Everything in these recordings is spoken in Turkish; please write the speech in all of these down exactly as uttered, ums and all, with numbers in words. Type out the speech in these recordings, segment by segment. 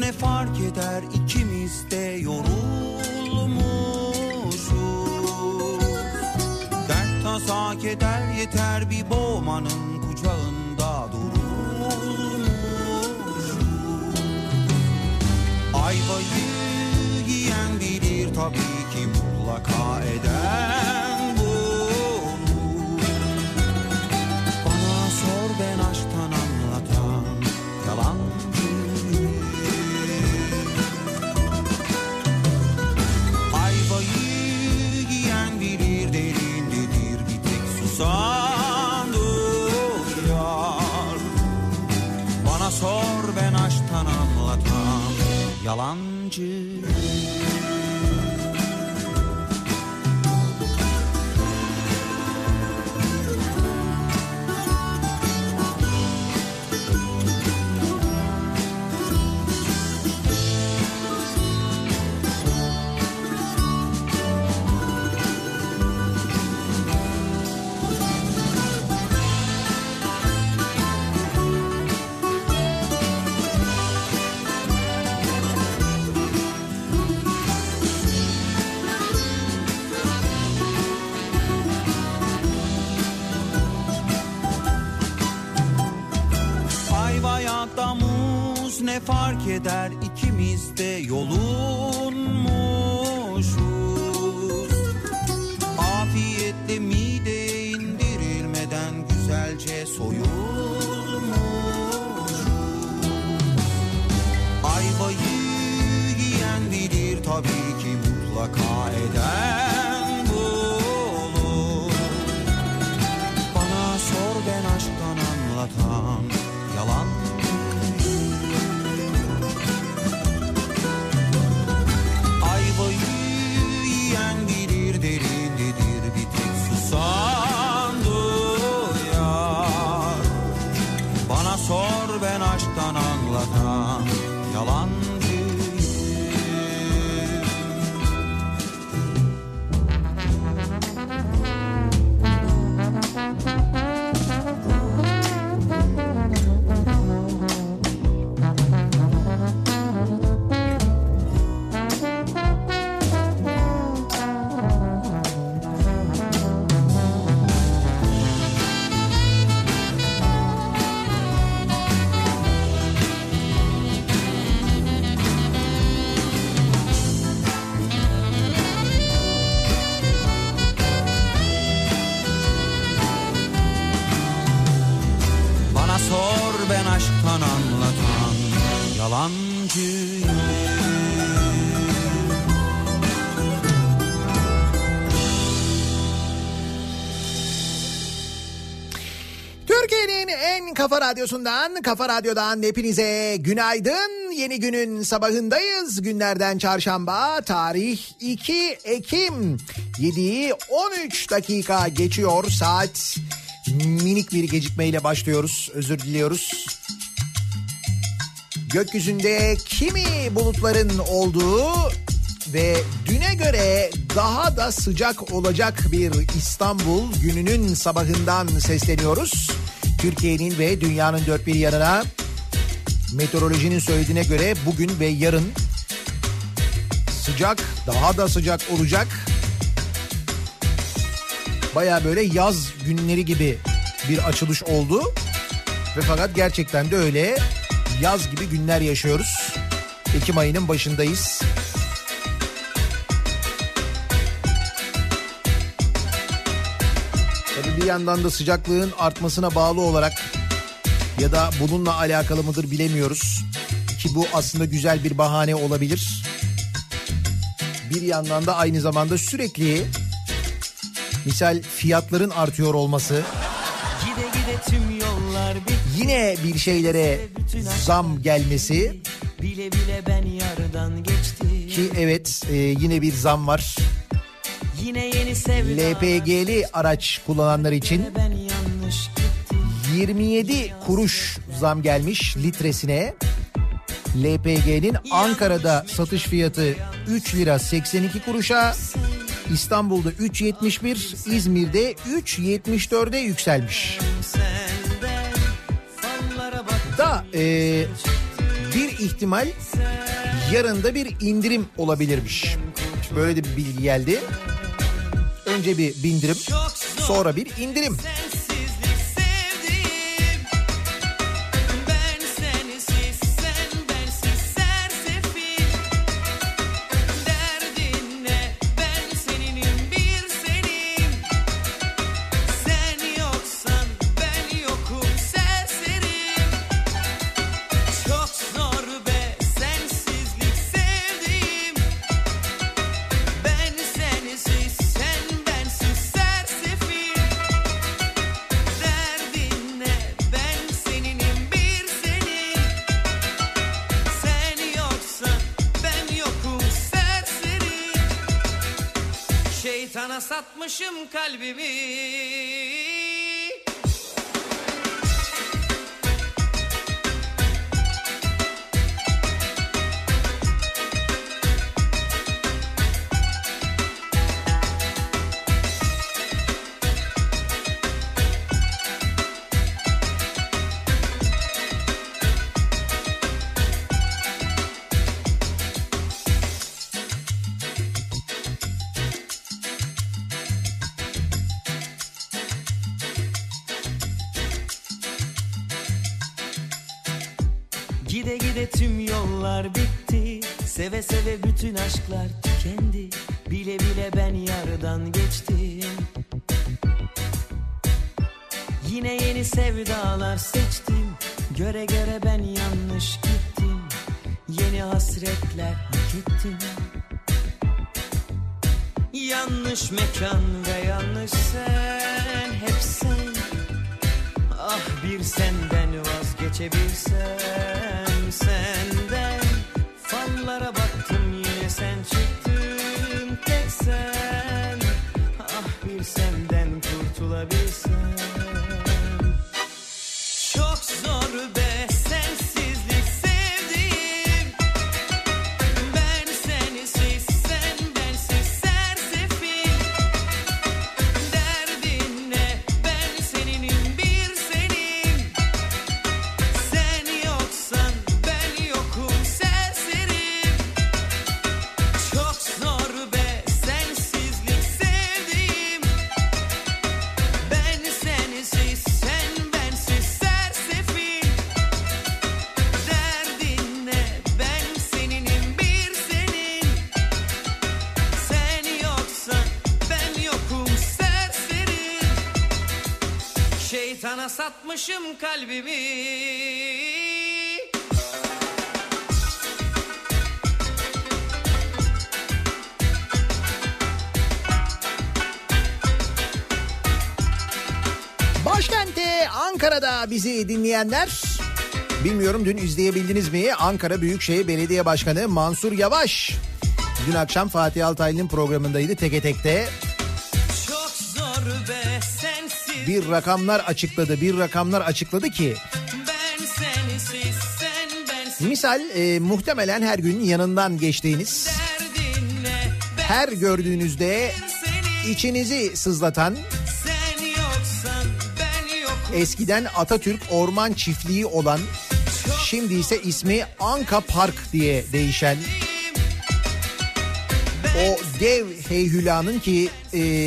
ne fark eder, ikimiz de yorulmuşuz. Dert tasa keder yeter, bir boğmanın kucağında durulmuşuz. Ayvayı yiyen bilir tabii ki, mutlaka eden bu. Bana sor, ben aşktan anlatan yalancı. Ayvayı yiyen bilir, derindedir bir tek susan duyar. Bana sor, ben aşktan anlatan yalancı. Ne fark eder, ikimiz de yolunmuşuz. Afiyetle mideye indirilmeden güzelce soyulmuş. Ayvayı yiyen bilir tabii ki, mutlaka eden bu olur. Bana sor, ben aşktan anlatan yalan. Sor, ben aşktan anlatan yalancıyım. Türkiye'nin en kafa radyosundan, Kafa Radyo'dan hepinize günaydın. Yeni günün sabahındayız. Günlerden çarşamba, tarih iki Ekim. yediyi on üç dakika geçiyor saat. Minik bir gecikmeyle başlıyoruz. Özür diliyoruz. Gökyüzünde kimi bulutların olduğu ve düne göre daha da sıcak olacak bir İstanbul gününün sabahından sesleniyoruz. Türkiye'nin ve dünyanın dört bir yanına. Meteorolojinin söylediğine göre bugün ve yarın sıcak, daha da sıcak olacak. Baya böyle yaz günleri gibi bir açılış oldu. Ve fakat gerçekten de öyle, yaz gibi günler yaşıyoruz. Ekim ayının başındayız. Tabii bir yandan da sıcaklığın artmasına bağlı olarak ya da bununla alakalı mıdır bilemiyoruz. Ki bu aslında güzel bir bahane olabilir. Bir yandan da aynı zamanda sürekli misal fiyatların artıyor olması, gide gide tüm yollar bitti, yine bir şeylere zam gelmesi, bile bile ben yardan geçtim. Ki evet e, yine bir zam var. Yine yeni sevda, L P G'li araç kullananlar için yirmi yedi kuruş zam gelmiş litresine. L P G'nin Ankara'da satış fiyatı üç lira seksen iki kuruşa, İstanbul'da üç yetmiş bir, İzmir'de üç yetmiş dörde yükselmiş. Da e, bir ihtimal yarın da bir indirim olabilirmiş. Böyle de bir bilgi geldi. Önce bir bindirim, sonra bir indirim. Şeytana satmışım kalbimi. Gide gide tüm yollar bitti. Seve seve bütün aşklar tükendi. Bile bile ben yardan geçtim. Yine yeni sevdalar seçtim. Göre göre ben yanlış gittim. Yeni hasretler hak ettim. Yanlış mekan ve yanlış sen. Hep sen. Ah bir senden vazgeçebilsem. Senden fallara baktım, yine sen çıktın tek sen. Ah bir senden kurtulabilsem. Çok zor be sensizlik sevdiğim. Ben sensiz, sen bensiz sersefil. Derdin ne? Ben seninim, bir senin. Sen yoksan ben yokum, serserim. Çok zor be sensizlik sevdiğim. Ben sensiz, sen bensiz sersefil. Derdin ne? Ben seninim, bir senin. Sen yoksan ben yokum, serserim. Şeytana satmışım kalbimi. Başkentte Ankara'da bizi dinleyenler, bilmiyorum dün izleyebildiniz mi? Ankara Büyükşehir Belediye Başkanı Mansur Yavaş dün akşam Fatih Altaylı'nın programındaydı Teke Tek'te. Çok zor be sensiz. Bir rakamlar açıkladı, bir rakamlar açıkladı ki Ben sensiz, sen bensiz. misal e, muhtemelen her gün yanından geçtiğiniz, Derdin ne? Ben her gördüğünüzde senin. içinizi sızlatan, Sen yoksan ben yokum. eskiden Atatürk Orman Çiftliği olan, şimdi ise ismi Anka Park diye değişen o dev heyhülanın ki e,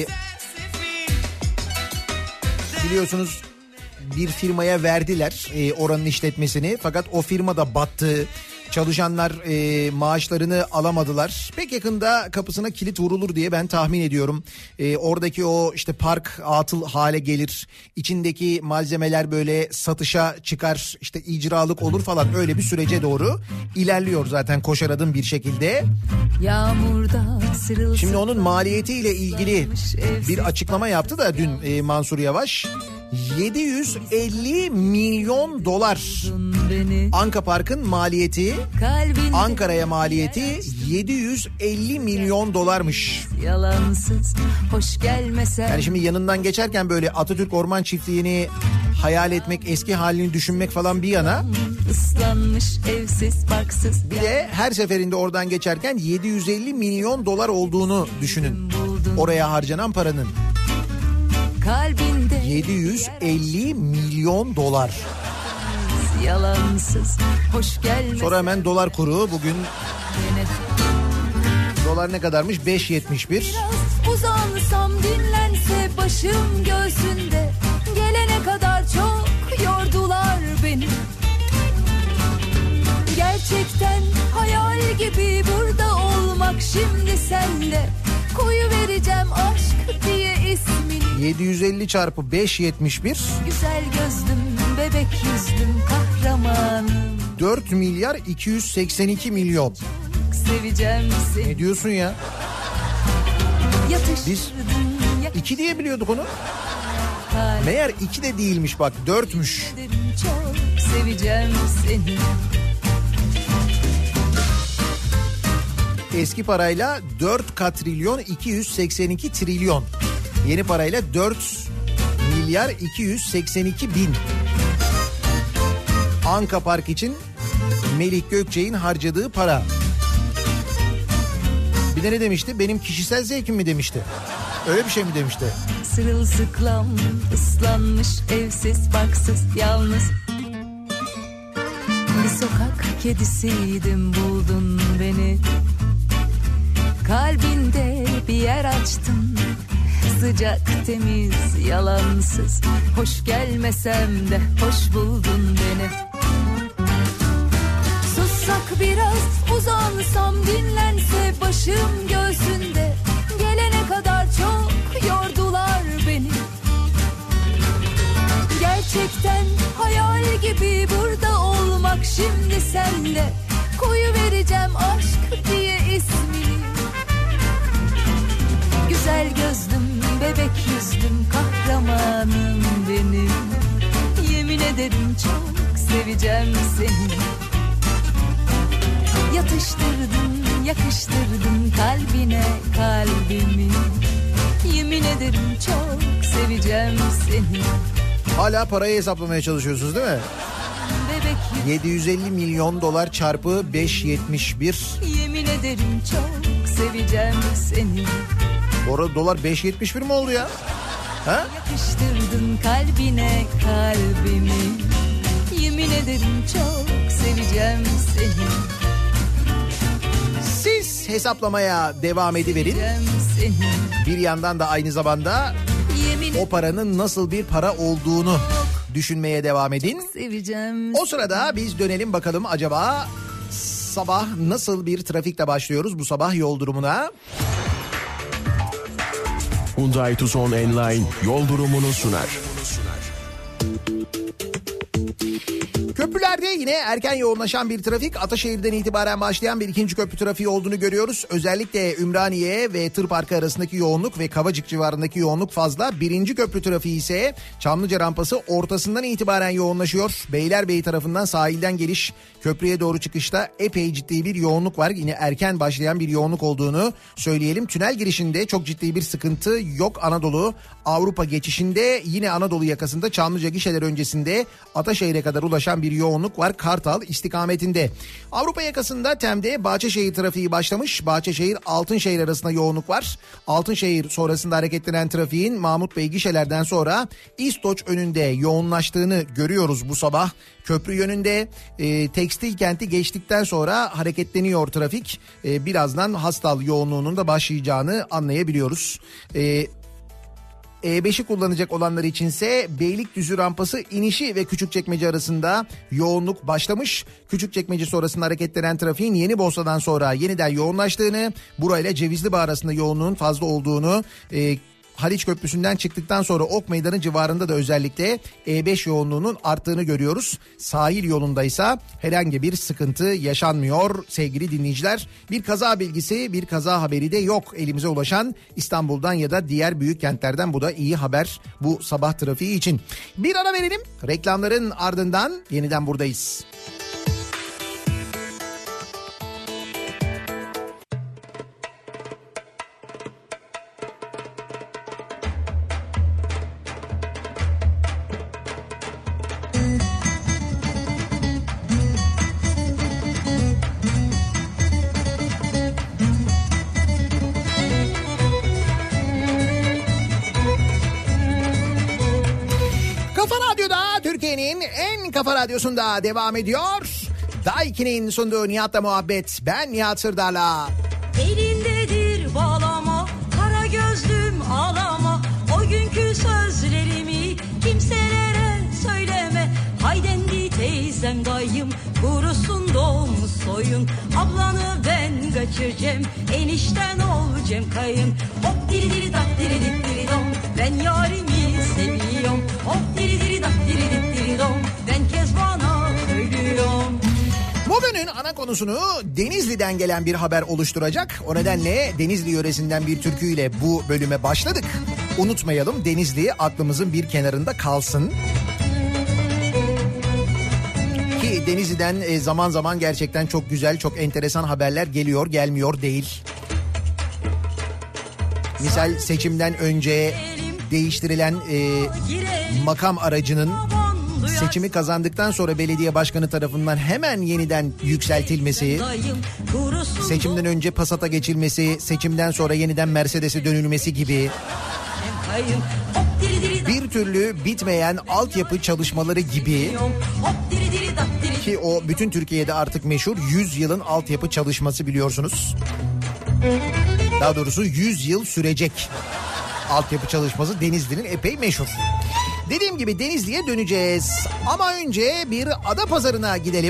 biliyorsunuz bir firmaya verdiler e, oranın işletmesini, fakat o firma da battı. Çalışanlar e, maaşlarını alamadılar. Pek yakında kapısına kilit vurulur diye ben tahmin ediyorum. E, oradaki o işte park atıl hale gelir. İçindeki malzemeler böyle satışa çıkar. İşte icralık olur falan, öyle bir sürece doğru ilerliyor zaten koşar adım bir şekilde. Yağmurda sırılsıklam. Şimdi onun maliyetiyle ilgili bir açıklama yaptı da dün e, Mansur Yavaş. yedi yüz elli milyon dolar beni. Anka Park'ın maliyeti, Kalbinde Ankara'ya maliyeti yedi yüz elli milyon dolarmış. yalansız hoş gelmesen. Yani şimdi yanından geçerken böyle Atatürk Orman Çiftliği'ni hayal etmek, eski halini düşünmek falan bir yana, Islanmış evsiz barksız. bir de her seferinde oradan geçerken yedi yüz elli milyon dolar olduğunu düşünün. Oraya harcanan paranın Kalbinde yedi yüz elli milyon dolar. yalansız hoş gelmesen. Sonra hemen dolar kuru bugün Dolar ne kadarmış? beş yetmiş bir. Biraz uzansam dinlense başım göğsünde. Gelene kadar çok yordular beni. Gerçekten hayal gibi burada olmak şimdi sende. Koyu vereceğim aşk diye ismini. yedi yüz elli çarpı beş yetmiş bir. Güzel gözlüm, bebek yüzlüm, kahramanım. dört milyar iki yüz seksen iki milyon. Seveceğim seni. Ne diyorsun ya? Yatıştırdın, Biz iki diye biliyorduk onu. kalbim Meğer iki de değilmiş bak, dörtmüş. çok seveceğim seni. Eski parayla dört katrilyon iki yüz seksen iki trilyon. Yeni parayla dört milyar iki yüz seksen iki bin. Anka Park için Melih Gökçek'in harcadığı para. Bir de ne demişti? Benim kişisel zevkim mi demişti? Öyle bir şey mi demişti? Sırılsıklam, ıslanmış, evsiz, barksız, yalnız. Bir sokak kedisiydim, buldun beni. Kalbinde bir yer açtın. Sıcak, temiz, yalansız. Hoş gelmesem de hoş buldun beni. Sussak biraz, uzansam dinlense başım göğsünde. Gelene kadar çok yordular beni. Gerçekten hayal gibi burada olmak şimdi sende. Koyu vereceğim aşk diye ismini. Güzel gözlüm, bebek yüzlüm, kahramanım benim. Yemin ederim çok seveceğim seni. Yatıştırdın, yakıştırdın kalbine kalbimi. Yemin ederim çok seveceğim seni. Hala parayı hesaplamaya çalışıyorsunuz değil mi? Bebek yedi yüz elli milyon dolar çarpı beş yetmiş bir. yemin ederim çok seveceğim seni. Orada dolar beş yetmiş bir mi oldu ya? Ha? Yakıştırdın kalbine kalbimi. Yemin ederim çok seveceğim seni. Siz hesaplamaya devam ediverin. Seveceğim seni. Bir yandan da aynı zamanda Yemin o paranın nasıl bir para olduğunu düşünmeye devam edin. seveceğim. O sırada biz dönelim bakalım acaba sabah nasıl bir trafikle başlıyoruz bu sabah yol durumuna. Hyundai Tucson Enline yol durumunu sunar. Köprülerde yine erken yoğunlaşan bir trafik. Ataşehir'den itibaren başlayan bir ikinci köprü trafiği olduğunu görüyoruz. Özellikle Ümraniye ve Tır Parkı arasındaki yoğunluk ve Kavacık civarındaki yoğunluk fazla. Birinci köprü trafiği ise Çamlıca rampası ortasından itibaren yoğunlaşıyor. Beylerbeyi tarafından sahilden geliş köprüye doğru çıkışta epey ciddi bir yoğunluk var. Yine erken başlayan bir yoğunluk olduğunu söyleyelim. Tünel girişinde çok ciddi bir sıkıntı yok. Anadolu Avrupa geçişinde yine Anadolu yakasında Çamlıca gişeler öncesinde Ataşehir'e kadar ulaşan bir yoğunluk var Kartal istikametinde. Avrupa yakasında Tem'de Bahçeşehir trafiği başlamış. Bahçeşehir Altınşehir arasında yoğunluk var. Altınşehir sonrasında hareketlenen trafiğin Mahmut Bey gişelerden sonra İstoç önünde yoğunlaştığını görüyoruz bu sabah. Köprü yönünde e, tekstil kenti geçtikten sonra hareketleniyor trafik. E, birazdan Hastal yoğunluğunun da başlayacağını anlayabiliyoruz. E, E beşi kullanacak olanlar içinse Beylikdüzü rampası inişi ve Küçükçekmece arasında yoğunluk başlamış. Küçükçekmece sonrasında hareketlenen trafiğin Yenibosna'dan sonra yeniden yoğunlaştığını, burayla Cevizlibağ arasında yoğunluğun fazla olduğunu, e, Haliç Köprüsü'nden çıktıktan sonra Ok Meydanı civarında da özellikle E beş yoğunluğunun arttığını görüyoruz. Sahil yolundaysa herhangi bir sıkıntı yaşanmıyor sevgili dinleyiciler. Bir kaza bilgisi, bir kaza haberi de yok elimize ulaşan İstanbul'dan ya da diğer büyük kentlerden. Bu da iyi haber bu sabah trafiği için. Bir ara verelim. Reklamların ardından yeniden buradayız. Kafa Radyosu'nda devam ediyor. Daiki'nin sunduğu Nihat'la muhabbet. Ben Nihat Sırdar'la. Elinde sen dayım, kurusun doğmuş soyun. Ablanı ben kaçıracağım, enişten olacağım kayın. Hop diri diri dak diri dik diri dom, ben yarimi seviyorum. Hop diri diri dak diri dik diri dom, ben Kezban'a söylüyorum. Bugünün ana konusunu Denizli'den gelen bir haber oluşturacak. O nedenle Denizli yöresinden bir türküyle bu bölüme başladık. Unutmayalım, Denizli aklımızın bir kenarında kalsın. Ki Denizli'den zaman zaman gerçekten çok güzel, çok enteresan haberler geliyor, gelmiyor değil. Misal seçimden önce değiştirilen e, makam aracının seçimi kazandıktan sonra belediye başkanı tarafından hemen yeniden yükseltilmesi, seçimden önce Passat'a geçilmesi, seçimden sonra yeniden Mercedes'e dönülmesi gibi bir türlü bitmeyen altyapı çalışmaları gibi, ki o bütün Türkiye'de artık meşhur yüz yılın altyapı çalışması biliyorsunuz. Daha doğrusu yüz yıl sürecek altyapı çalışması Denizli'nin epey meşhur. Dediğim gibi Denizli'ye döneceğiz. Ama önce bir Adapazarı'na gidelim.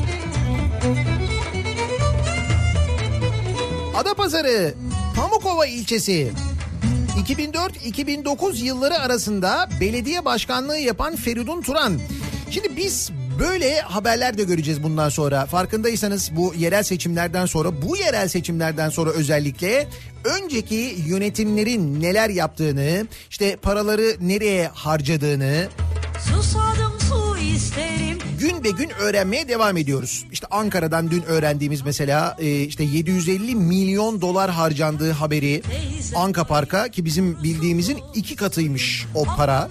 Adapazarı, Pamukova ilçesi. iki bin dört iki bin dokuz yılları arasında belediye başkanlığı yapan Feridun Turan. Şimdi biz böyle haberler de göreceğiz bundan sonra. Farkındaysanız bu yerel seçimlerden sonra, bu yerel seçimlerden sonra özellikle önceki yönetimlerin neler yaptığını, işte paraları nereye harcadığını Susadım su isterim. gün be gün öğrenmeye devam ediyoruz. İşte Ankara'dan dün öğrendiğimiz mesela işte yedi yüz elli milyon dolar harcandığı haberi Anka Park'a, ki bizim bildiğimizin iki katıymış o para.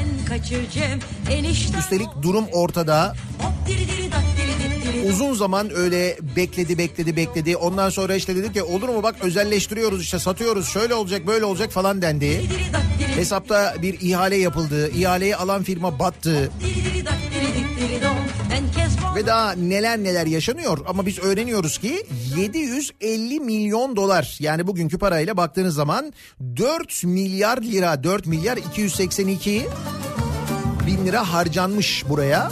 Üstelik durum ortada. Uzun zaman öyle bekledi bekledi bekledi. Ondan sonra işte dedi ki olur mu bak özelleştiriyoruz, işte satıyoruz, şöyle olacak böyle olacak falan dendi. Hesapta bir ihale yapıldı. İhaleyi alan firma battı. Ve daha neler neler yaşanıyor, ama biz öğreniyoruz ki yedi yüz elli milyon dolar, yani bugünkü parayla baktığınız zaman dört milyar lira, dört milyar iki yüz seksen iki bin lira harcanmış buraya.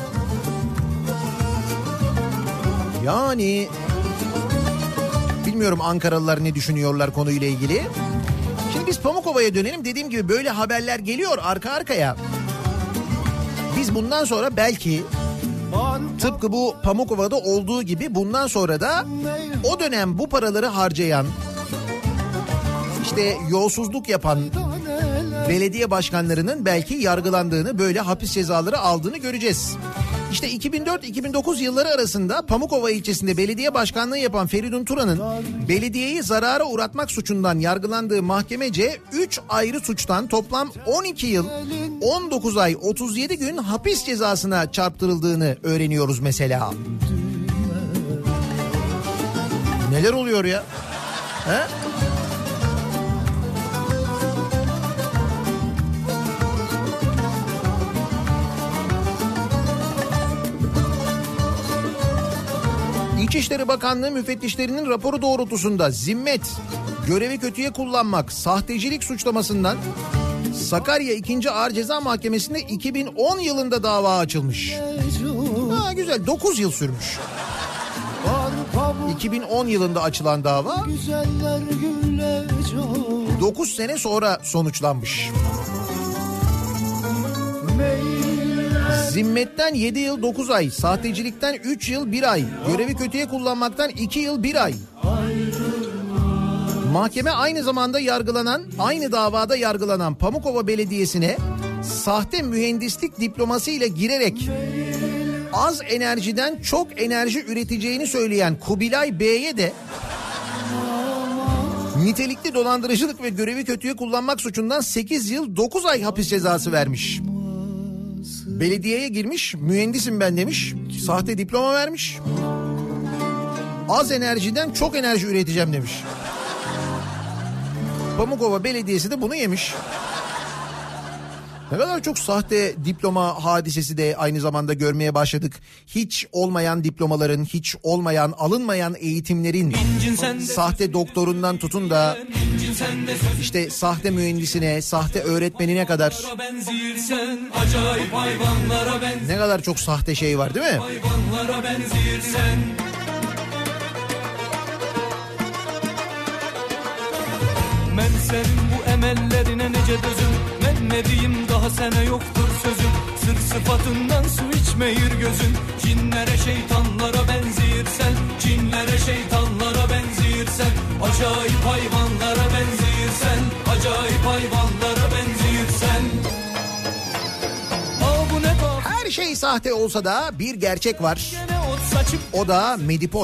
Yani bilmiyorum Ankaralılar ne düşünüyorlar konuyla ilgili. Şimdi biz Pamukova'ya dönelim. Dediğim gibi böyle haberler geliyor arka arkaya. Biz bundan sonra belki tıpkı bu Pamukova'da olduğu gibi bundan sonra da o dönem bu paraları harcayan, işte yolsuzluk yapan belediye başkanlarının belki yargılandığını, böyle hapis cezaları aldığını göreceğiz. İşte iki bin dört iki bin dokuz yılları arasında Pamukova ilçesinde belediye başkanlığı yapan Feridun Turan'ın belediyeyi zarara uğratmak suçundan yargılandığı mahkemece üç ayrı suçtan toplam on iki yıl on dokuz ay otuz yedi gün hapis cezasına çarptırıldığını öğreniyoruz mesela. Neler oluyor ya? He? İçişleri Bakanlığı müfettişlerinin raporu doğrultusunda zimmet, görevi kötüye kullanmak, sahtecilik suçlamasından Sakarya ikinci Ağır Ceza Mahkemesi'nde iki bin on yılında dava açılmış. Ha, güzel, dokuz yıl sürmüş. iki bin on yılında açılan dava dokuz sene sonra sonuçlanmış. Zimmetten yedi yıl dokuz ay, sahtecilikten üç yıl bir ay, görevi kötüye kullanmaktan iki yıl bir ay. Mahkeme aynı zamanda yargılanan, aynı davada yargılanan Pamukova Belediyesi'ne sahte mühendislik diploması ile girerek az enerjiden çok enerji üreteceğini söyleyen Kubilay Bey'e de nitelikli dolandırıcılık ve görevi kötüye kullanmak suçundan sekiz yıl dokuz ay hapis cezası vermiş. Belediyeye girmiş, mühendisim ben demiş, sahte diploma vermiş. Az enerjiden çok enerji üreteceğim demiş. Pamukova Belediyesi de bunu yemiş. Ne kadar çok sahte diploma hadisesi de aynı zamanda görmeye başladık. Hiç olmayan diplomaların, hiç olmayan, alınmayan eğitimlerin, sahte doktorundan tutun da işte sahte mühendisine, sahte öğretmenine kadar ne kadar çok sahte şey var değil mi? Ben senin bu emellerine nece dözüm, ben ne diyeyim daha sana yoktur sözüm. Sır sıfatından su içmeyir gözün, cinlere şeytanlara benziyirsen, cinlere şeytanlara benziyirsen, acayip hayvanlara benziyirsen, acayip hayvanlara benziyirsen. Aa bu ne bak. Her şey sahte olsa da bir gerçek var. O da Medipol.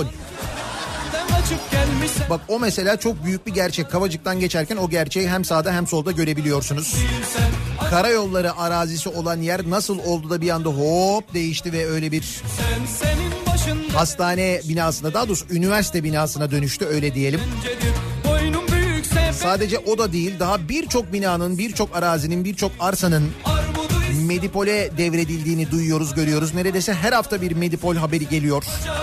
Bak o mesela çok büyük bir gerçek. Kavacık'tan geçerken o gerçeği hem sağda hem solda görebiliyorsunuz. Karayolları arazisi olan yer nasıl oldu da bir anda hop değişti ve öyle bir hastane binasına, daha doğrusu üniversite binasına dönüştü, öyle diyelim. Sadece o da değil, daha birçok binanın, birçok arazinin, birçok arsanın Medipol'e devredildiğini duyuyoruz, görüyoruz. Neredeyse her hafta bir Medipol haberi geliyor.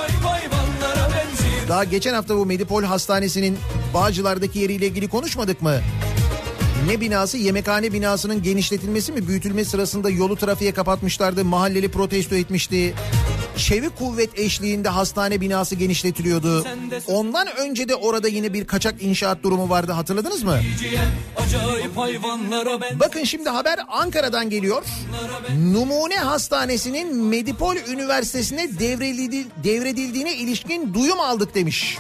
Daha geçen hafta bu Medipol Hastanesi'nin Bağcılar'daki yeriyle ilgili konuşmadık mı? Ne binası? Yemekhane binasının genişletilmesi mi? Büyütülme sırasında yolu trafiğe kapatmışlardı. Mahalleli protesto etmişti. Çevik kuvvet eşliğinde hastane binası genişletiliyordu. Ondan önce de orada yine bir kaçak inşaat durumu vardı, hatırladınız mı? Bakın şimdi haber Ankara'dan geliyor. Numune Hastanesi'nin Medipol Üniversitesi'ne devredildiğine ilişkin duyum aldık demiş.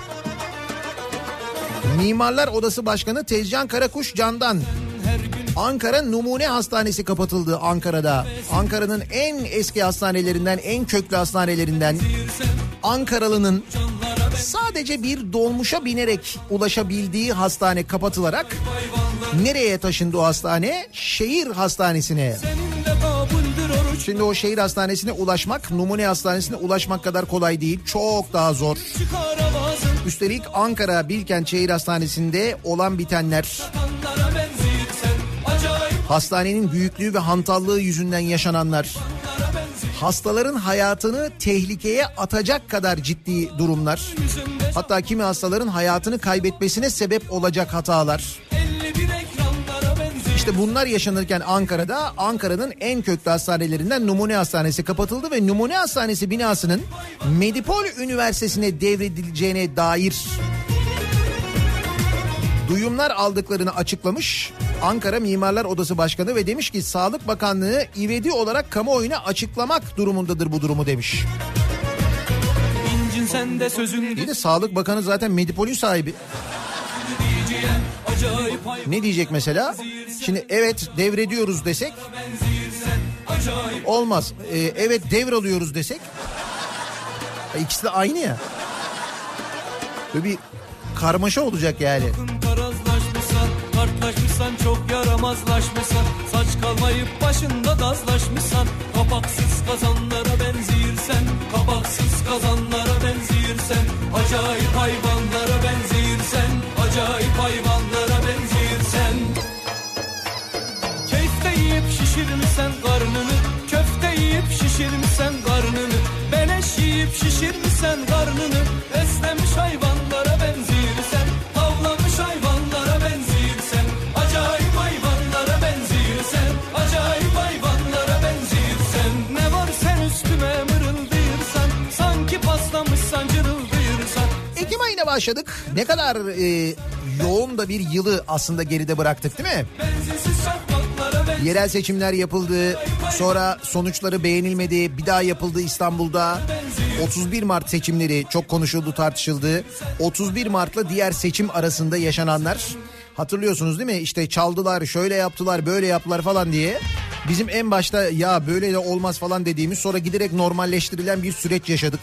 Mimarlar Odası Başkanı Tezcan Karakuş Can'dan. Ankara Numune Hastanesi kapatıldı Ankara'da. Ankara'nın en eski hastanelerinden, en köklü hastanelerinden. Ankaralı'nın sadece bir dolmuşa binerek ulaşabildiği hastane kapatılarak nereye taşındı o hastane? Şehir hastanesine. Şimdi o şehir hastanesine ulaşmak, Numune Hastanesi'ne ulaşmak kadar kolay değil. Çok daha zor. Üstelik Ankara Bilkent Şehir Hastanesi'nde olan bitenler, hastanenin büyüklüğü ve hantallığı yüzünden yaşananlar, hastaların hayatını tehlikeye atacak kadar ciddi durumlar, hatta kimi hastaların hayatını kaybetmesine sebep olacak hatalar. İşte bunlar yaşanırken Ankara'da, Ankara'nın en köklü hastanelerinden Numune Hastanesi kapatıldı ve Numune Hastanesi binasının Medipol Üniversitesi'ne devredileceğine dair duyumlar aldıklarını açıklamış Ankara Mimarlar Odası Başkanı ve demiş ki Sağlık Bakanlığı ivedi olarak kamuoyuna açıklamak durumundadır bu durumu demiş. Bir de Sağlık Bakanı zaten Medipol'ün sahibi. Ne diyecek mesela? Şimdi evet devrediyoruz desek olmaz. Ee, evet devralıyoruz desek ikisi de aynı ya. Böyle bir karmaşa olacak yani. Kartlaşmışsan çok yaramazlaşmışsan, saç kalmayıp başında dazlaşmışsan, kapaksız kazanlara benziyirsen, kapaksız kazanlara benziyirsen, acayip hayvanlara benziyirsen, acayip hayvanlara benziyirsen. Keyifte yiyip şişirmişsen karnını, köfte yiyip şişirmişsen karnını, beleş yiyip şişirmişsen karnını, beslemiş hayvanlara benziyirsen, avlamış hayvanlara benziyirsen, acayip hayvanlara benziyirsen, acayip hayvanlara benziyirsen. Ne var sen üstüme mırıldayırsan, sanki paslamışsan cırıldayırsan. Ekim ayına başladık. Ne kadar e, yoğun da bir yılı aslında geride bıraktık değil mi? Yerel seçimler yapıldı. Sonra sonuçları beğenilmedi. Bir daha yapıldı İstanbul'da. otuz bir Mart seçimleri çok konuşuldu, tartışıldı. otuz bir Mart'la diğer seçim arasında yaşananlar. Hatırlıyorsunuz değil mi? İşte çaldılar, şöyle yaptılar, böyle yaptılar falan diye. Bizim en başta ya böyle de olmaz falan dediğimiz, sonra giderek normalleştirilen bir süreç yaşadık.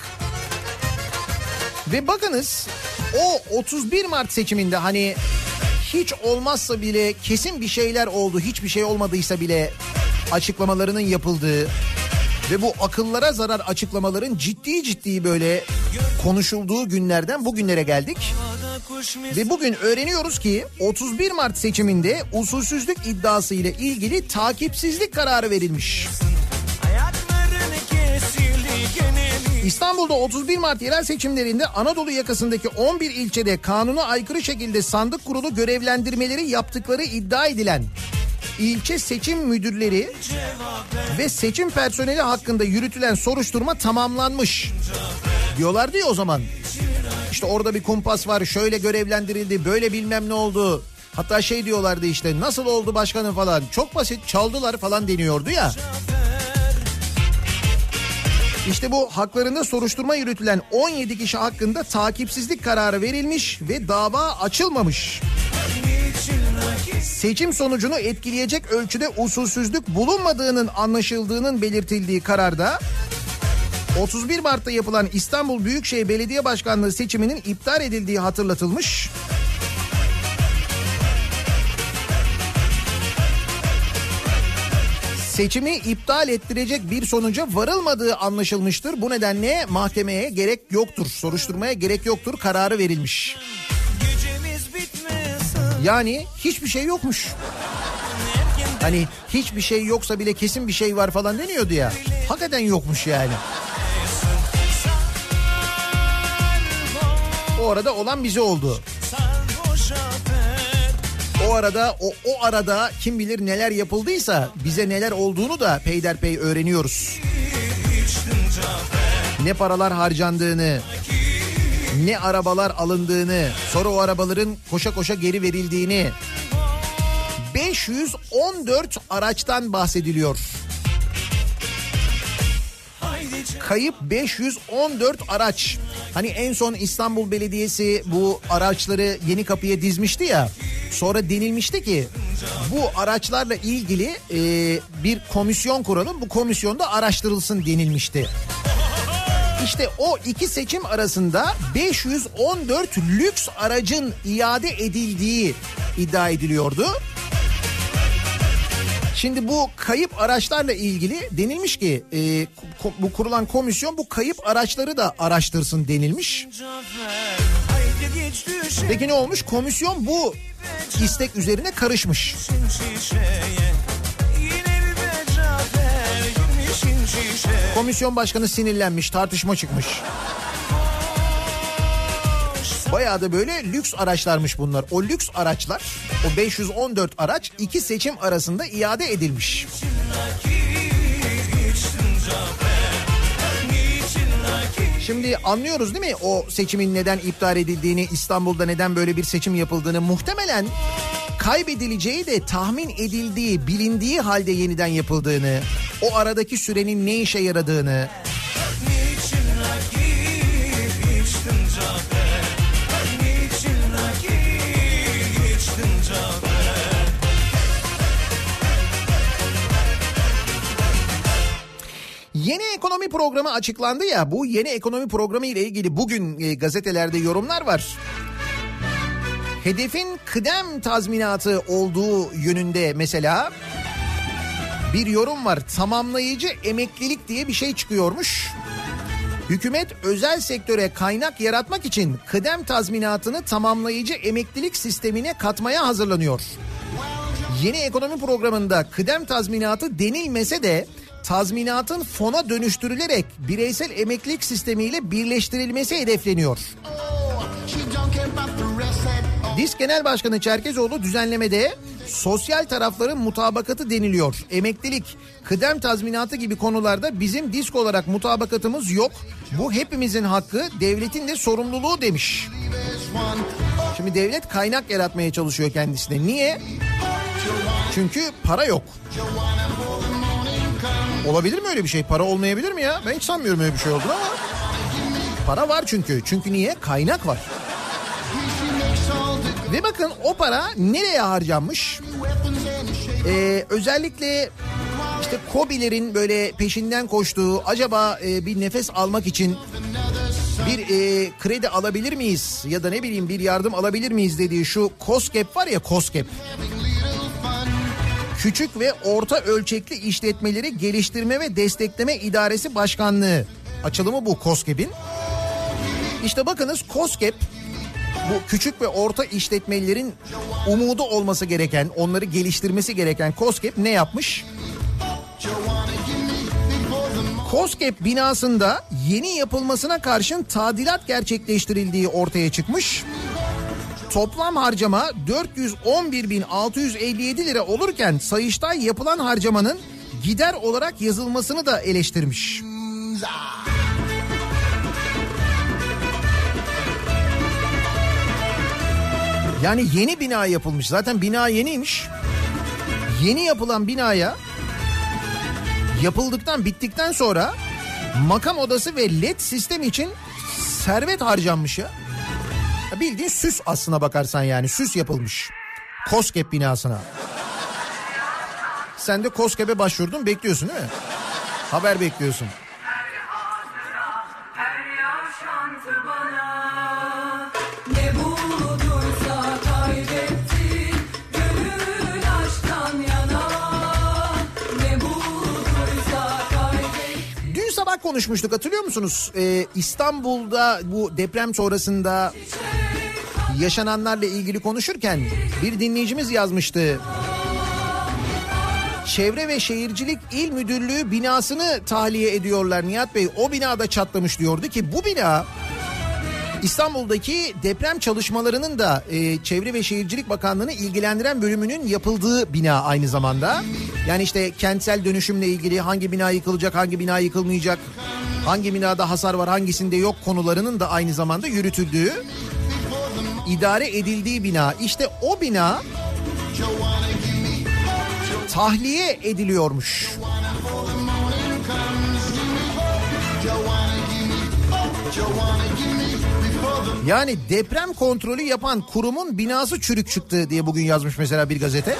Ve bakınız o otuz bir Mart seçiminde hani hiç olmazsa bile kesin bir şeyler oldu, hiçbir şey olmadıysa bile açıklamalarının yapıldığı ve bu akıllara zarar açıklamaların ciddi ciddi böyle konuşulduğu günlerden bugünlere geldik. Ve bugün öğreniyoruz ki otuz bir Mart seçiminde usulsüzlük iddiası ile ilgili takipsizlik kararı verilmiş. İstanbul'da otuz bir Mart yerel seçimlerinde Anadolu yakasındaki on bir ilçede kanuna aykırı şekilde sandık kurulu görevlendirmeleri yaptıkları iddia edilen ilçe seçim müdürleri ve seçim personeli hakkında yürütülen soruşturma tamamlanmış. Diyorlardı ya o zaman. İşte orada bir kumpas var, şöyle görevlendirildi, böyle bilmem ne oldu. Hatta şey diyorlardı işte, nasıl oldu başkanım falan. Çok basit, çaldılar falan deniyordu ya. İşte bu haklarında soruşturma yürütülen on yedi kişi hakkında takipsizlik kararı verilmiş ve dava açılmamış. Seçim sonucunu etkileyecek ölçüde usulsüzlük bulunmadığının anlaşıldığının belirtildiği kararda otuz bir Mart'ta yapılan İstanbul Büyükşehir Belediye Başkanlığı seçiminin iptal edildiği hatırlatılmış. Seçimi iptal ettirecek bir sonuca varılmadığı anlaşılmıştır. Bu nedenle mahkemeye gerek yoktur, soruşturmaya gerek yoktur kararı verilmiş. Yani hiçbir şey yokmuş. Hani hiçbir şey yoksa bile kesin bir şey var falan deniyordu ya. Hakikaten yokmuş yani. O arada olan bize oldu. O arada o, o arada kim bilir neler yapıldıysa bize neler olduğunu da peyderpey öğreniyoruz. Ne paralar harcandığını, ne arabalar alındığını, sonra o arabaların koşa koşa geri verildiğini. beş yüz on dört araçtan bahsediliyor. Kayıp beş yüz on dört araç. Hani en son İstanbul Belediyesi bu araçları Yenikapı'ya dizmişti ya. Sonra denilmişti ki bu araçlarla ilgili e, bir komisyon kuralım. Bu komisyonda araştırılsın denilmişti. İşte o iki seçim arasında beş yüz on dört lüks aracın iade edildiği iddia ediliyordu. Şimdi bu kayıp araçlarla ilgili denilmiş ki e, bu kurulan komisyon bu kayıp araçları da araştırsın denilmiş. Peki ne olmuş? Komisyon bu istek üzerine karışmış. Komisyon başkanı sinirlenmiş, tartışma çıkmış. Bayağı da böyle lüks araçlarmış bunlar. O lüks araçlar, o beş yüz on dört araç iki seçim arasında iade edilmiş. Şimdi anlıyoruz değil mi o seçimin neden iptal edildiğini, İstanbul'da neden böyle bir seçim yapıldığını. Muhtemelen kaybedileceği de tahmin edildiği, bilindiği halde yeniden yapıldığını, o aradaki sürenin ne işe yaradığını. Yeni ekonomi programı açıklandı ya, bu yeni ekonomi programı ile ilgili bugün e, gazetelerde yorumlar var. Hedefin kıdem tazminatı olduğu yönünde mesela bir yorum var. Tamamlayıcı emeklilik diye bir şey çıkıyormuş. Hükümet özel sektöre kaynak yaratmak için kıdem tazminatını tamamlayıcı emeklilik sistemine katmaya hazırlanıyor. Yeni ekonomi programında kıdem tazminatı denilmese de tazminatın fona dönüştürülerek bireysel emeklilik sistemiyle birleştirilmesi hedefleniyor. DİSK Genel Başkanı Çerkezoğlu düzenlemede sosyal tarafların mutabakatı deniliyor. Emeklilik, kıdem tazminatı gibi konularda bizim DİSK olarak mutabakatımız yok. Bu hepimizin hakkı, devletin de sorumluluğu demiş. Şimdi devlet kaynak yaratmaya çalışıyor kendisine. Niye? Çünkü para yok. Olabilir mi öyle bir şey? Para olmayabilir mi ya? Ben hiç sanmıyorum öyle bir şey olduğunu ama. Para var çünkü. Çünkü niye? Kaynak var. Ve bakın o para nereye harcanmış? Ee, özellikle işte KOBİ'lerin böyle peşinden koştuğu, acaba e, bir nefes almak için bir e, kredi alabilir miyiz? Ya da ne bileyim bir yardım alabilir miyiz dediği şu KOSGEB var ya, KOSGEB. Küçük ve orta ölçekli işletmeleri geliştirme ve destekleme idaresi başkanlığı. Açılımı bu KOSGEB'in. İşte bakınız KOSGEB bu küçük ve orta işletmelerin umudu olması gereken, onları geliştirmesi gereken KOSGEB ne yapmış? KOSGEB binasında yeni yapılmasına karşın tadilat gerçekleştirildiği ortaya çıkmış. Toplam harcama dört yüz on bir bin altı yüz elli yedi lira olurken Sayıştay yapılan harcamanın gider olarak yazılmasını da eleştirmiş. Yani yeni bina yapılmış. Zaten bina yeniymiş. Yeni yapılan binaya yapıldıktan bittikten sonra makam odası ve led sistem için servet harcanmış ya. Ya bildiğin süs aslına bakarsan, yani süs yapılmış. KOSGEB binasına. Sen de KOSGEB'e başvurdun, bekliyorsun değil mi? Haber bekliyorsun. Konuşmuştuk, hatırlıyor musunuz? Ee, İstanbul'da bu deprem sonrasında yaşananlarla ilgili konuşurken bir dinleyicimiz yazmıştı. Çevre ve Şehircilik İl Müdürlüğü binasını tahliye ediyorlar Nihat Bey. O binada çatlamış diyordu ki bu bina İstanbul'daki deprem çalışmalarının da e, Çevre ve Şehircilik Bakanlığı'nı ilgilendiren bölümünün yapıldığı bina aynı zamanda. Yani işte kentsel dönüşümle ilgili hangi bina yıkılacak, hangi bina yıkılmayacak, hangi binada hasar var, hangisinde yok konularının da aynı zamanda yürütüldüğü, idare edildiği bina. İşte o bina tahliye ediliyormuş. Yani deprem kontrolü yapan kurumun binası çürük çıktı diye bugün yazmış mesela bir gazete.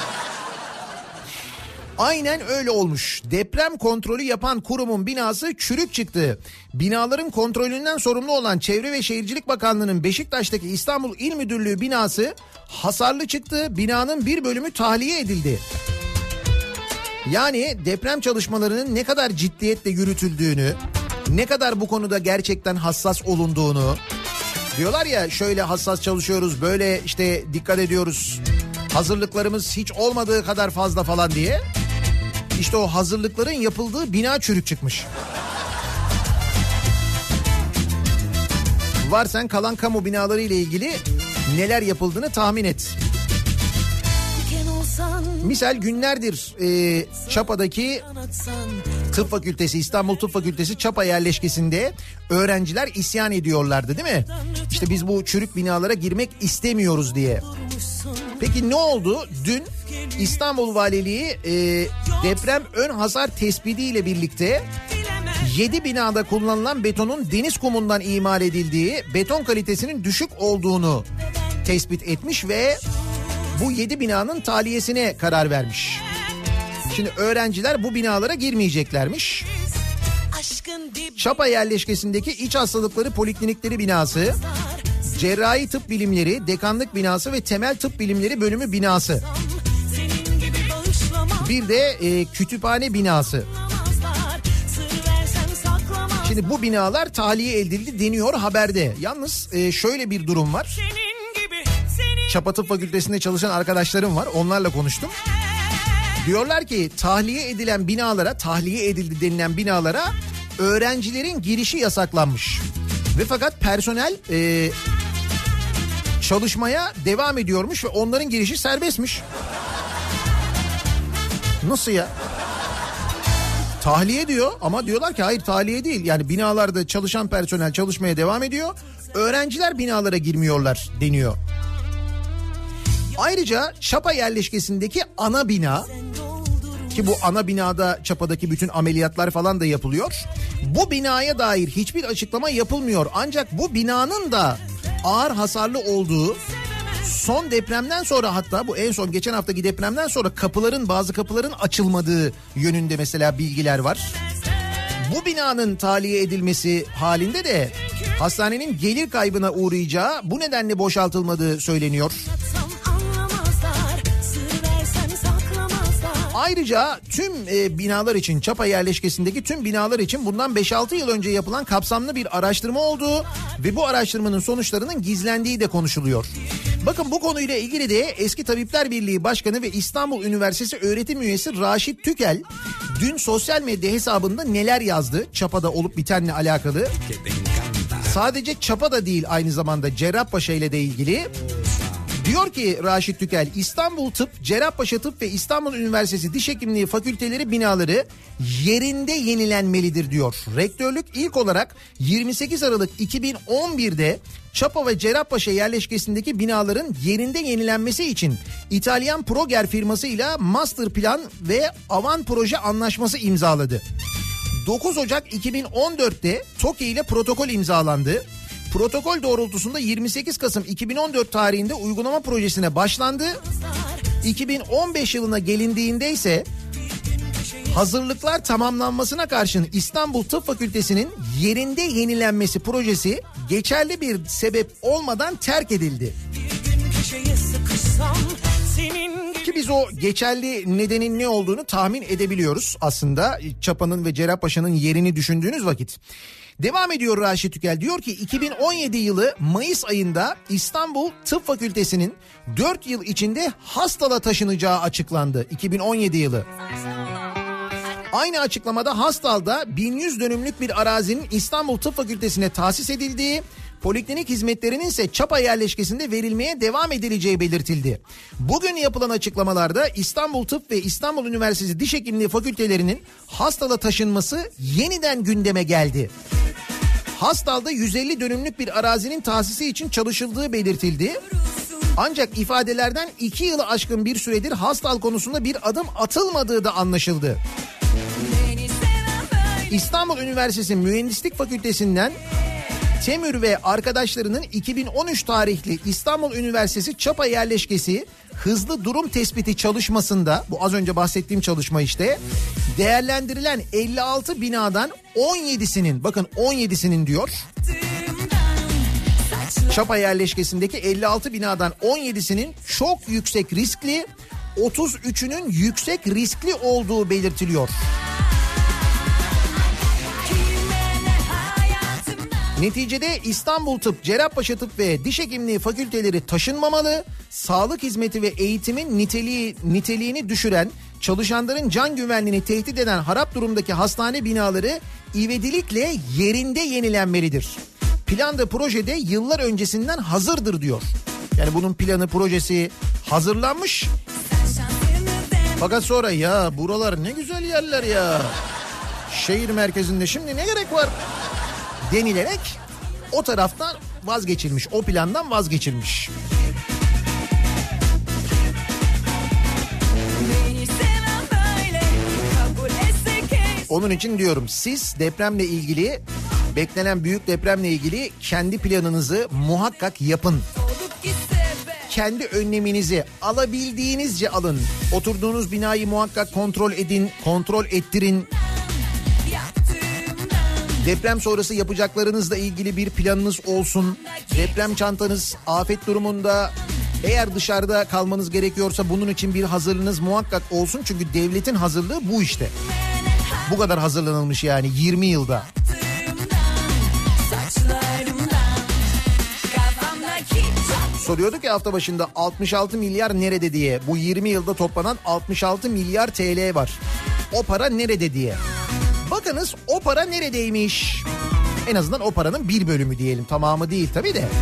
Aynen öyle olmuş. Deprem kontrolü yapan kurumun binası çürük çıktı. Binaların kontrolünden sorumlu olan Çevre ve Şehircilik Bakanlığı'nın Beşiktaş'taki İstanbul İl Müdürlüğü binası hasarlı çıktı. Binanın bir bölümü tahliye edildi. Yani deprem çalışmalarının ne kadar ciddiyetle yürütüldüğünü, ne kadar bu konuda gerçekten hassas olunduğunu, diyorlar ya şöyle hassas çalışıyoruz, böyle işte dikkat ediyoruz, hazırlıklarımız hiç olmadığı kadar fazla falan diye. İşte o hazırlıkların yapıldığı bina çürük çıkmış. Var sen kalan kamu binaları ile ilgili neler yapıldığını tahmin et. Misal günlerdir e, Çapa'daki Tıp Fakültesi, İstanbul Tıp Fakültesi Çapa yerleşkesinde öğrenciler isyan ediyorlardı değil mi? İşte biz bu çürük binalara girmek istemiyoruz diye. Peki ne oldu? Dün İstanbul Valiliği e, deprem ön hasar tespitiyle birlikte yedi binada kullanılan betonun deniz kumundan imal edildiği, beton kalitesinin düşük olduğunu tespit etmiş ve bu yedi binanın tahliyesine karar vermiş. Şimdi öğrenciler bu binalara girmeyeceklermiş. Çapa yerleşkesindeki iç hastalıkları poliklinikleri binası, cerrahi tıp bilimleri, dekanlık binası ve temel tıp bilimleri bölümü binası. Bir de e, kütüphane binası. Şimdi bu binalar tahliye edildi deniyor haberde. Yalnız e, şöyle bir durum var. Çapa Tıp Fakültesi'nde çalışan arkadaşlarım var. Onlarla konuştum. Diyorlar ki tahliye edilen binalara, tahliye edildi denilen binalara öğrencilerin girişi yasaklanmış. Ve fakat personel e, çalışmaya devam ediyormuş ve onların girişi serbestmiş. Nasıl ya? Tahliye diyor ama diyorlar ki hayır tahliye değil. Yani binalarda çalışan personel çalışmaya devam ediyor. Öğrenciler binalara girmiyorlar deniyor. Ayrıca Çapa yerleşkesindeki ana bina, ki bu ana binada Çapa'daki bütün ameliyatlar falan da yapılıyor. Bu binaya dair hiçbir açıklama yapılmıyor. Ancak bu binanın da ağır hasarlı olduğu, son depremden sonra, hatta bu en son geçen haftaki depremden sonra kapıların, bazı kapıların açılmadığı yönünde mesela bilgiler var. Bu binanın tahliye edilmesi halinde de hastanenin gelir kaybına uğrayacağı, bu nedenle boşaltılmadığı söyleniyor. Ayrıca tüm e, binalar için, Çapa yerleşkesindeki tüm binalar için bundan beş altı yıl önce yapılan kapsamlı bir araştırma olduğu ve bu araştırmanın sonuçlarının gizlendiği de konuşuluyor. Bakın bu konuyla ilgili de eski Tabipler Birliği Başkanı ve İstanbul Üniversitesi öğretim üyesi Raşit Tükel dün sosyal medya hesabında neler yazdı Çapa'da olup bitenle alakalı. Sadece Çapa'da değil, aynı zamanda Cerrahpaşa ile de ilgili. Diyor ki Raşit Tükel, İstanbul Tıp, Cerrahpaşa Tıp ve İstanbul Üniversitesi Diş Hekimliği Fakülteleri binaları yerinde yenilenmelidir diyor. Rektörlük ilk olarak yirmi sekiz Aralık iki bin on birde Çapa ve Cerrahpaşa yerleşkesindeki binaların yerinde yenilenmesi için İtalyan Proger firmasıyla master plan ve avan proje anlaşması imzaladı. dokuz Ocak iki bin on dörtte TOKİ ile protokol imzalandı. Protokol doğrultusunda yirmi sekiz Kasım iki bin on dört tarihinde uygulama projesine başlandı. iki bin on beş yılına gelindiğinde ise hazırlıklar tamamlanmasına karşın İstanbul Tıp Fakültesi'nin yerinde yenilenmesi projesi geçerli bir sebep olmadan terk edildi. Ki biz o geçerli nedenin ne olduğunu tahmin edebiliyoruz aslında, Çapa'nın ve Cerrahpaşa'nın yerini düşündüğünüz vakit. Devam ediyor Raşit Tükel, diyor ki iki bin on yedi yılı Mayıs ayında İstanbul Tıp Fakültesi'nin dört yıl içinde Hastal'a taşınacağı açıklandı. iki bin on yedi yılı. Aynı açıklamada Hastal'da bin yüz dönümlük bir arazinin İstanbul Tıp Fakültesi'ne tahsis edildiği, poliklinik hizmetlerinin ise Çapa yerleşkesinde verilmeye devam edileceği belirtildi. Bugün yapılan açıklamalarda İstanbul Tıp ve İstanbul Üniversitesi Diş Hekimliği Fakültelerinin Hastal'a taşınması yeniden gündeme geldi. Hastal'da yüz elli dönümlük bir arazinin tahsisi için çalışıldığı belirtildi. Ancak ifadelerden iki yılı aşkın bir süredir Hastal konusunda bir adım atılmadığı da anlaşıldı. İstanbul Üniversitesi Mühendislik Fakültesinden Temür ve arkadaşlarının iki bin on üç tarihli İstanbul Üniversitesi Çapa yerleşkesi hızlı durum tespiti çalışmasında, bu az önce bahsettiğim çalışma işte, değerlendirilen elli altı binadan on yedisinin, bakın on yedisinin diyor, Çapa yerleşkesindeki elli altı binadan on yedisinin çok yüksek riskli, otuz üçünün yüksek riskli olduğu belirtiliyor. Neticede İstanbul Tıp, Cerrahpaşa Tıp ve Diş Hekimliği fakülteleri taşınmamalı, sağlık hizmeti ve eğitimin niteliği, niteliğini düşüren, çalışanların can güvenliğini tehdit eden harap durumdaki hastane binaları ivedilikle yerinde yenilenmelidir. Planda projede yıllar öncesinden hazırdır diyor. Yani bunun planı, projesi hazırlanmış. Fakat sonra ya buralar ne güzel yerler ya, şehir merkezinde şimdi ne gerek var denilerek o taraftan vazgeçilmiş, o plandan vazgeçilmiş. Onun için diyorum, siz depremle ilgili, beklenen büyük depremle ilgili kendi planınızı muhakkak yapın. Kendi önleminizi alabildiğinizce alın. Oturduğunuz binayı muhakkak kontrol edin, kontrol ettirin. Deprem sonrası yapacaklarınızla ilgili bir planınız olsun. Deprem çantanız, afet durumunda eğer dışarıda kalmanız gerekiyorsa bunun için bir hazırlığınız muhakkak olsun. Çünkü devletin hazırlığı bu işte. Bu kadar hazırlanılmış yani yirmi yılda. Soruyorduk ya hafta başında altmış altı milyar nerede diye. Bu yirmi yılda toplanan altmış altı milyar T L var. O para nerede diye. Bakınız o para neredeymiş? En azından o paranın bir bölümü diyelim. Tamamı değil tabii de.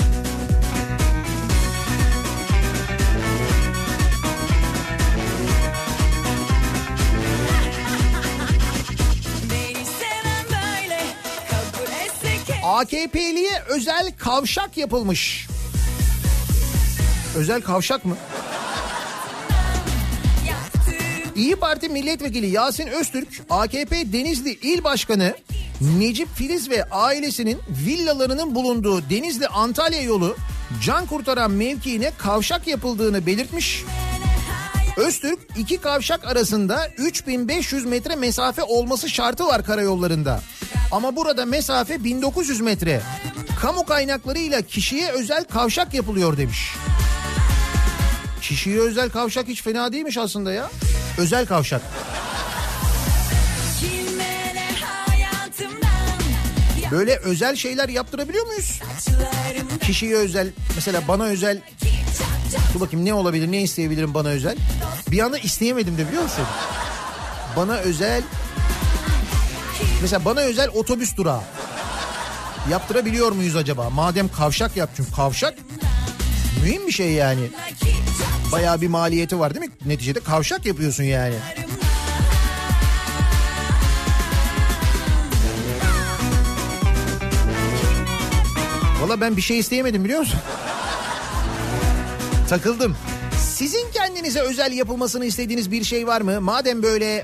A K P'liye özel kavşak yapılmış. Özel kavşak mı? İyi Parti Milletvekili Yasin Öztürk, A K P Denizli İl Başkanı Necip Filiz ve ailesinin villalarının bulunduğu Denizli Antalya yolu can kurtaran mevkiine kavşak yapıldığını belirtmiş. Öztürk, iki kavşak arasında üç bin beş yüz metre mesafe olması şartı var karayollarında. Ama burada mesafe bin dokuz yüz metre. Kamu kaynaklarıyla kişiye özel kavşak yapılıyor demiş. Kişiye özel kavşak hiç fena değilmiş aslında ya. Özel kavşak. Böyle özel şeyler yaptırabiliyor muyuz? Kişiye özel, mesela bana özel. Dur bakayım ne olabilir, ne isteyebilirim bana özel? Bir anda isteyemedim de biliyor musun? Bana özel... Mesela bana özel otobüs durağı. Yaptırabiliyor muyuz acaba? Madem kavşak yap, çünkü kavşak mühim bir şey yani. Bayağı bir maliyeti var değil mi? Neticede kavşak yapıyorsun yani. Valla ben bir şey isteyemedim biliyor musun? Takıldım. Sizin kendinize özel yapılmasını istediğiniz bir şey var mı? Madem böyle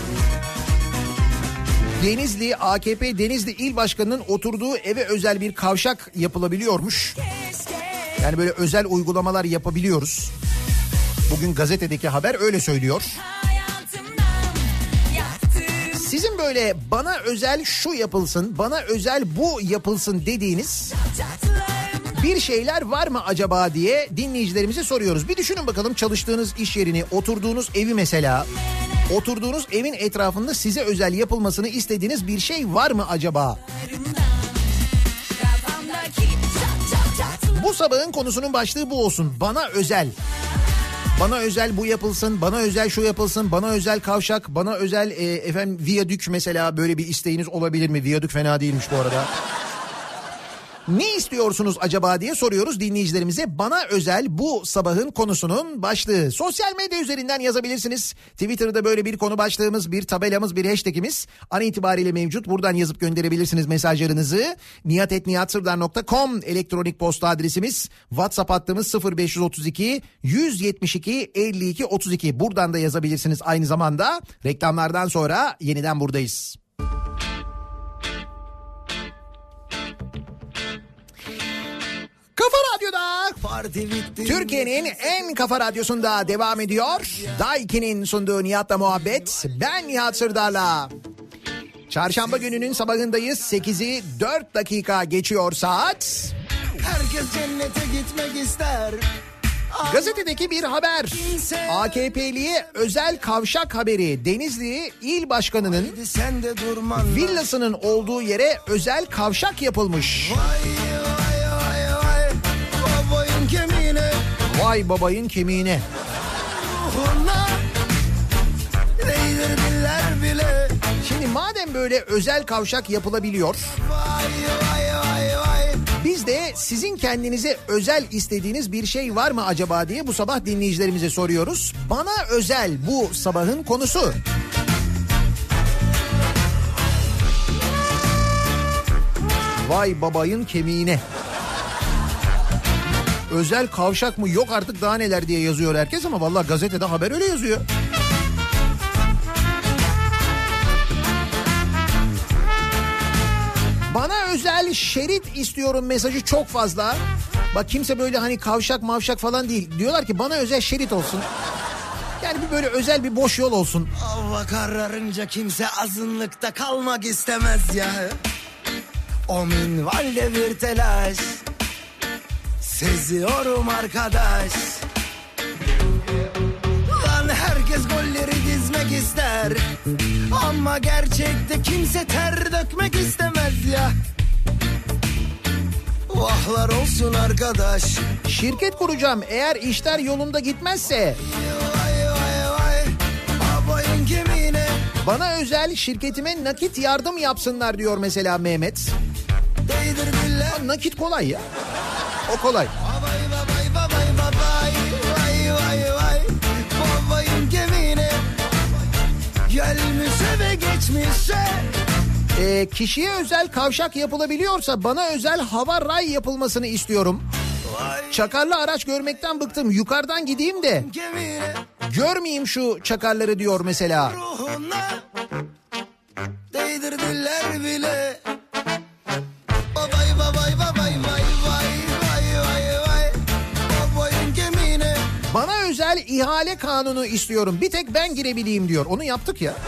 Denizli, A K P Denizli İl Başkanı'nın oturduğu eve özel bir kavşak yapılabiliyormuş. Yani böyle özel uygulamalar yapabiliyoruz. Bugün gazetedeki haber öyle söylüyor. Sizin böyle bana özel şu yapılsın, bana özel bu yapılsın dediğiniz bir şeyler var mı acaba diye dinleyicilerimize soruyoruz. Bir düşünün bakalım, çalıştığınız iş yerini, oturduğunuz evi mesela. Oturduğunuz evin etrafında size özel yapılmasını istediğiniz bir şey var mı acaba? Bu sabahın konusunun başlığı bu olsun. Bana özel. Bana özel bu yapılsın, bana özel şu yapılsın, bana özel kavşak, bana özel e, efendim viyadük mesela, böyle bir isteğiniz olabilir mi? Viyadük fena değilmiş bu arada. Ne istiyorsunuz acaba diye soruyoruz dinleyicilerimize. Bana özel bu sabahın konusunun başlığı. Sosyal medya üzerinden yazabilirsiniz. Twitter'da böyle bir konu başlığımız, bir tabelamız, bir hashtagimiz an itibariyle mevcut. Buradan yazıp gönderebilirsiniz mesajlarınızı. nihat et nihat sırdar nokta com elektronik posta adresimiz. WhatsApp hattımız sıfır beş otuz iki yüz yetmiş iki elli iki otuz iki. Buradan da yazabilirsiniz aynı zamanda. Reklamlardan sonra yeniden buradayız. Kafa Radyo'da, Türkiye'nin en kafa radyosunda devam ediyor. Daiki'nin sunduğu Nihat'la muhabbet. Ben Nihat Sırdar'la. Çarşamba gününün sabahındayız. sekizi dört dakika geçiyor saat. Herkes cennete gitmek ister. Gazetedeki bir haber. A K P'liye özel kavşak haberi. Denizli İl Başkanı'nın villasının olduğu yere özel kavşak yapılmış. Vay vay vay vay, babayın kemiğine. Vay babayın kemiğine. Ruhuna değdirdiler bile. Şimdi madem böyle özel kavşak yapılabiliyor. Vay vay vay vay. Biz de sizin kendinize özel istediğiniz bir şey var mı acaba diye bu sabah dinleyicilerimize soruyoruz. Bana özel bu sabahın konusu. Vay babayın kemiğine. Özel kavşak mı, yok artık daha neler diye yazıyor herkes, ama vallahi gazetede haber öyle yazıyor. Bana özel şerit istiyorum mesajı çok fazla. Bak kimse böyle hani kavşak mavşak falan değil. Diyorlar ki bana özel şerit olsun. Yani bir böyle özel bir boş yol olsun. Hava kararınca kimse azınlıkta kalmak istemez ya. O minvalde bir telaş seziyorum arkadaş. Lan herkes golleri dizmek ister, ama gerçekte kimse ter dökmek istemez ya. Vahlar olsun arkadaş. Şirket kuracağım eğer işler yolunda gitmezse. Vay vay vay, babayın kemiğine. Bana özel şirketime nakit yardım yapsınlar diyor mesela Mehmet. Değdirdiler. Nakit kolay ya. O kolay. Vay vay vay vay vay vay vay, babayın kemiğine. Gelmişe ve geçmişe. Ee, kişiye özel kavşak yapılabiliyorsa bana özel hava ray yapılmasını istiyorum. Çakarlı araç görmekten bıktım. Yukarıdan gideyim de Kemiğine. görmeyeyim şu çakarları diyor mesela. Ruhuna değdirdiler bile. Babay babay babay vay vay vay vay vay, babayın kemiğine. Bana özel ihale kanunu istiyorum. Bir tek ben girebileyim diyor. Onu yaptık ya.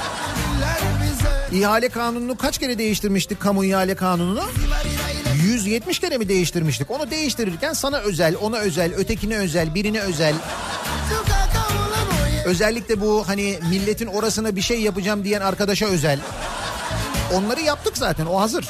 İhale kanununu kaç kere değiştirmiştik, kamu ihale kanununu? yüz yetmiş kere mi değiştirmiştik? Onu değiştirirken sana özel, ona özel, ötekine özel, birine özel. Özellikle bu hani milletin orasına bir şey yapacağım diyen arkadaşa özel. Onları yaptık zaten, o hazır.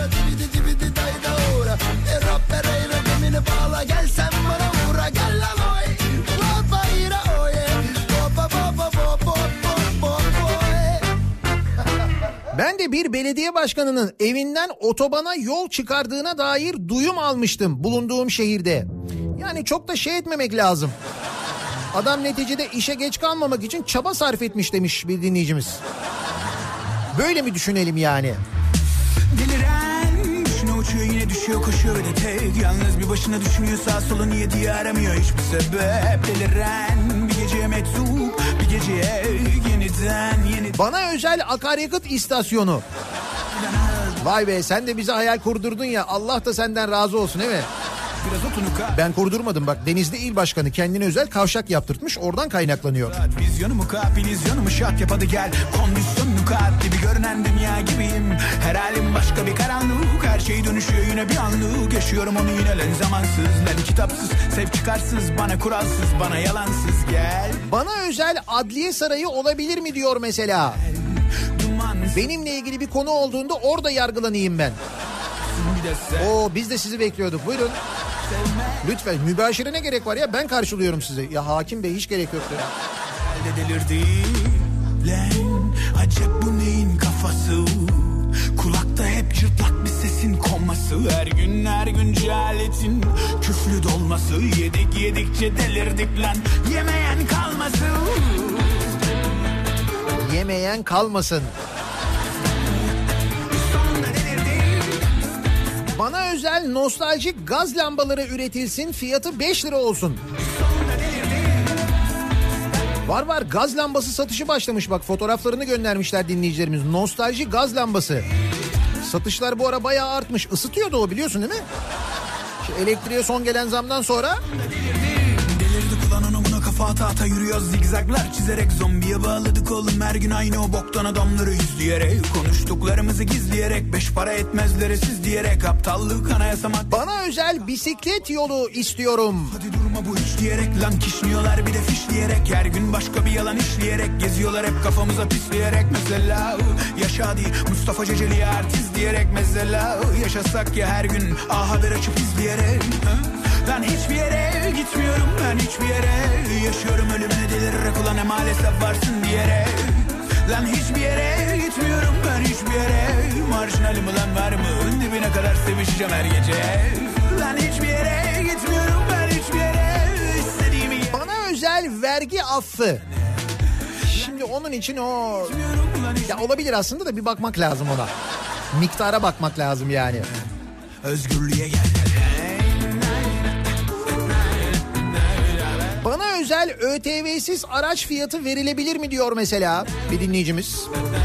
Ben de bir belediye başkanının evinden otobana yol çıkardığına dair duyum almıştım bulunduğum şehirde. Yani çok da şey etmemek lazım. Adam neticede işe geç kalmamak için çaba sarf etmiş demiş bir dinleyicimiz. Böyle mi düşünelim yani? Deliren düşüne uçuyor, yine düşüyor, koşuyor ve de tek. Yalnız bir başına düşünüyor, sağ sola niye diye aramıyor hiçbir sebep. Deliren bir geceye meczup, bir geceye yeniden yeniden. Bana özel akaryakıt istasyonu. Vay be, sen de bize hayal kurdurdun ya, Allah da senden razı olsun, değil mi? Ben kurdurmadım bak, Denizli İl Başkanı kendine özel kavşak yaptırtmış, oradan kaynaklanıyor. Vizyonumu kap, illüzyonumu şak yap hadi gel. Kondisyonunu kat gibi görünen dünya gibiyim. Her halim başka bir karanlık, her şey dönüşüyor yine bir anlık. Yaşıyorum onu yine len zamansız, len kitapsız, sev çıkarsız, bana kuralsız, bana yalansız gel. Bana özel adliye sarayı olabilir mi diyor mesela. Benimle ilgili bir konu olduğunda orada yargılanayım ben. Oo, biz de sizi bekliyorduk, buyurun. Lütfen, mübaşire ne gerek var ya, ben karşılıyorum sizi. Ya hakim bey, hiç gerek yoktu ya. Delirdi lan, acep bu neyin kafası? Kulakta hep cırtlak bir sesin konması. Her gün her gün cehaletin küflü dolması. Yedik yedikçe delirdik lan, yemeyen kalmasın. Yemeyen kalmasın. Bana özel nostaljik gaz lambaları üretilsin, fiyatı beş lira olsun. Var var, gaz lambası satışı başlamış, bak fotoğraflarını göndermişler dinleyicilerimiz. Nostalji gaz lambası. Satışlar bu ara bayağı artmış. Isıtıyordu o, biliyorsun değil mi? Şu elektriğe son gelen zamdan sonra... Delirdik ulan ona buna, kafa ata ata yürüyoruz zigzaglar çizerek. Zombiye bağladık oğlum her gün aynı o boktan adamları izleyerek. Konuştuklarımızı gizleyerek, beş para etmezlere siz diyerek. Aptallık anayasa madde. Bana özel bisiklet yolu istiyorum. Hadi durma bu hiç diyerek lan, kişniyorlar bir de fişleyerek. Her gün başka bir yalan işleyerek, geziyorlar hep kafamıza pisleyerek. Mesela yaşa değil Mustafa Ceceli artist diyerek. Mesela yaşasak ya her gün A Haber açıp izleyerek. Ben hiçbir yere gitmiyorum, ben hiçbir yere. Yaşıyorum ölümüne delirerek, ulan ne maalesef varsın diyerek. Lan hiçbir yere gitmiyorum, ben hiçbir yere. Marjinalim ulan var mı, dibine kadar sevişeceğim her gece. Lan hiçbir yere gitmiyorum, ben hiçbir yere. İstediğimi... Bana özel vergi affı. Şimdi onun için o... Ya olabilir aslında da bir bakmak lazım ona. Miktara bakmak lazım yani. Özgürlüğe gel. Bana özel ÖTV'siz araç fiyatı verilebilir mi diyor mesela bir dinleyicimiz.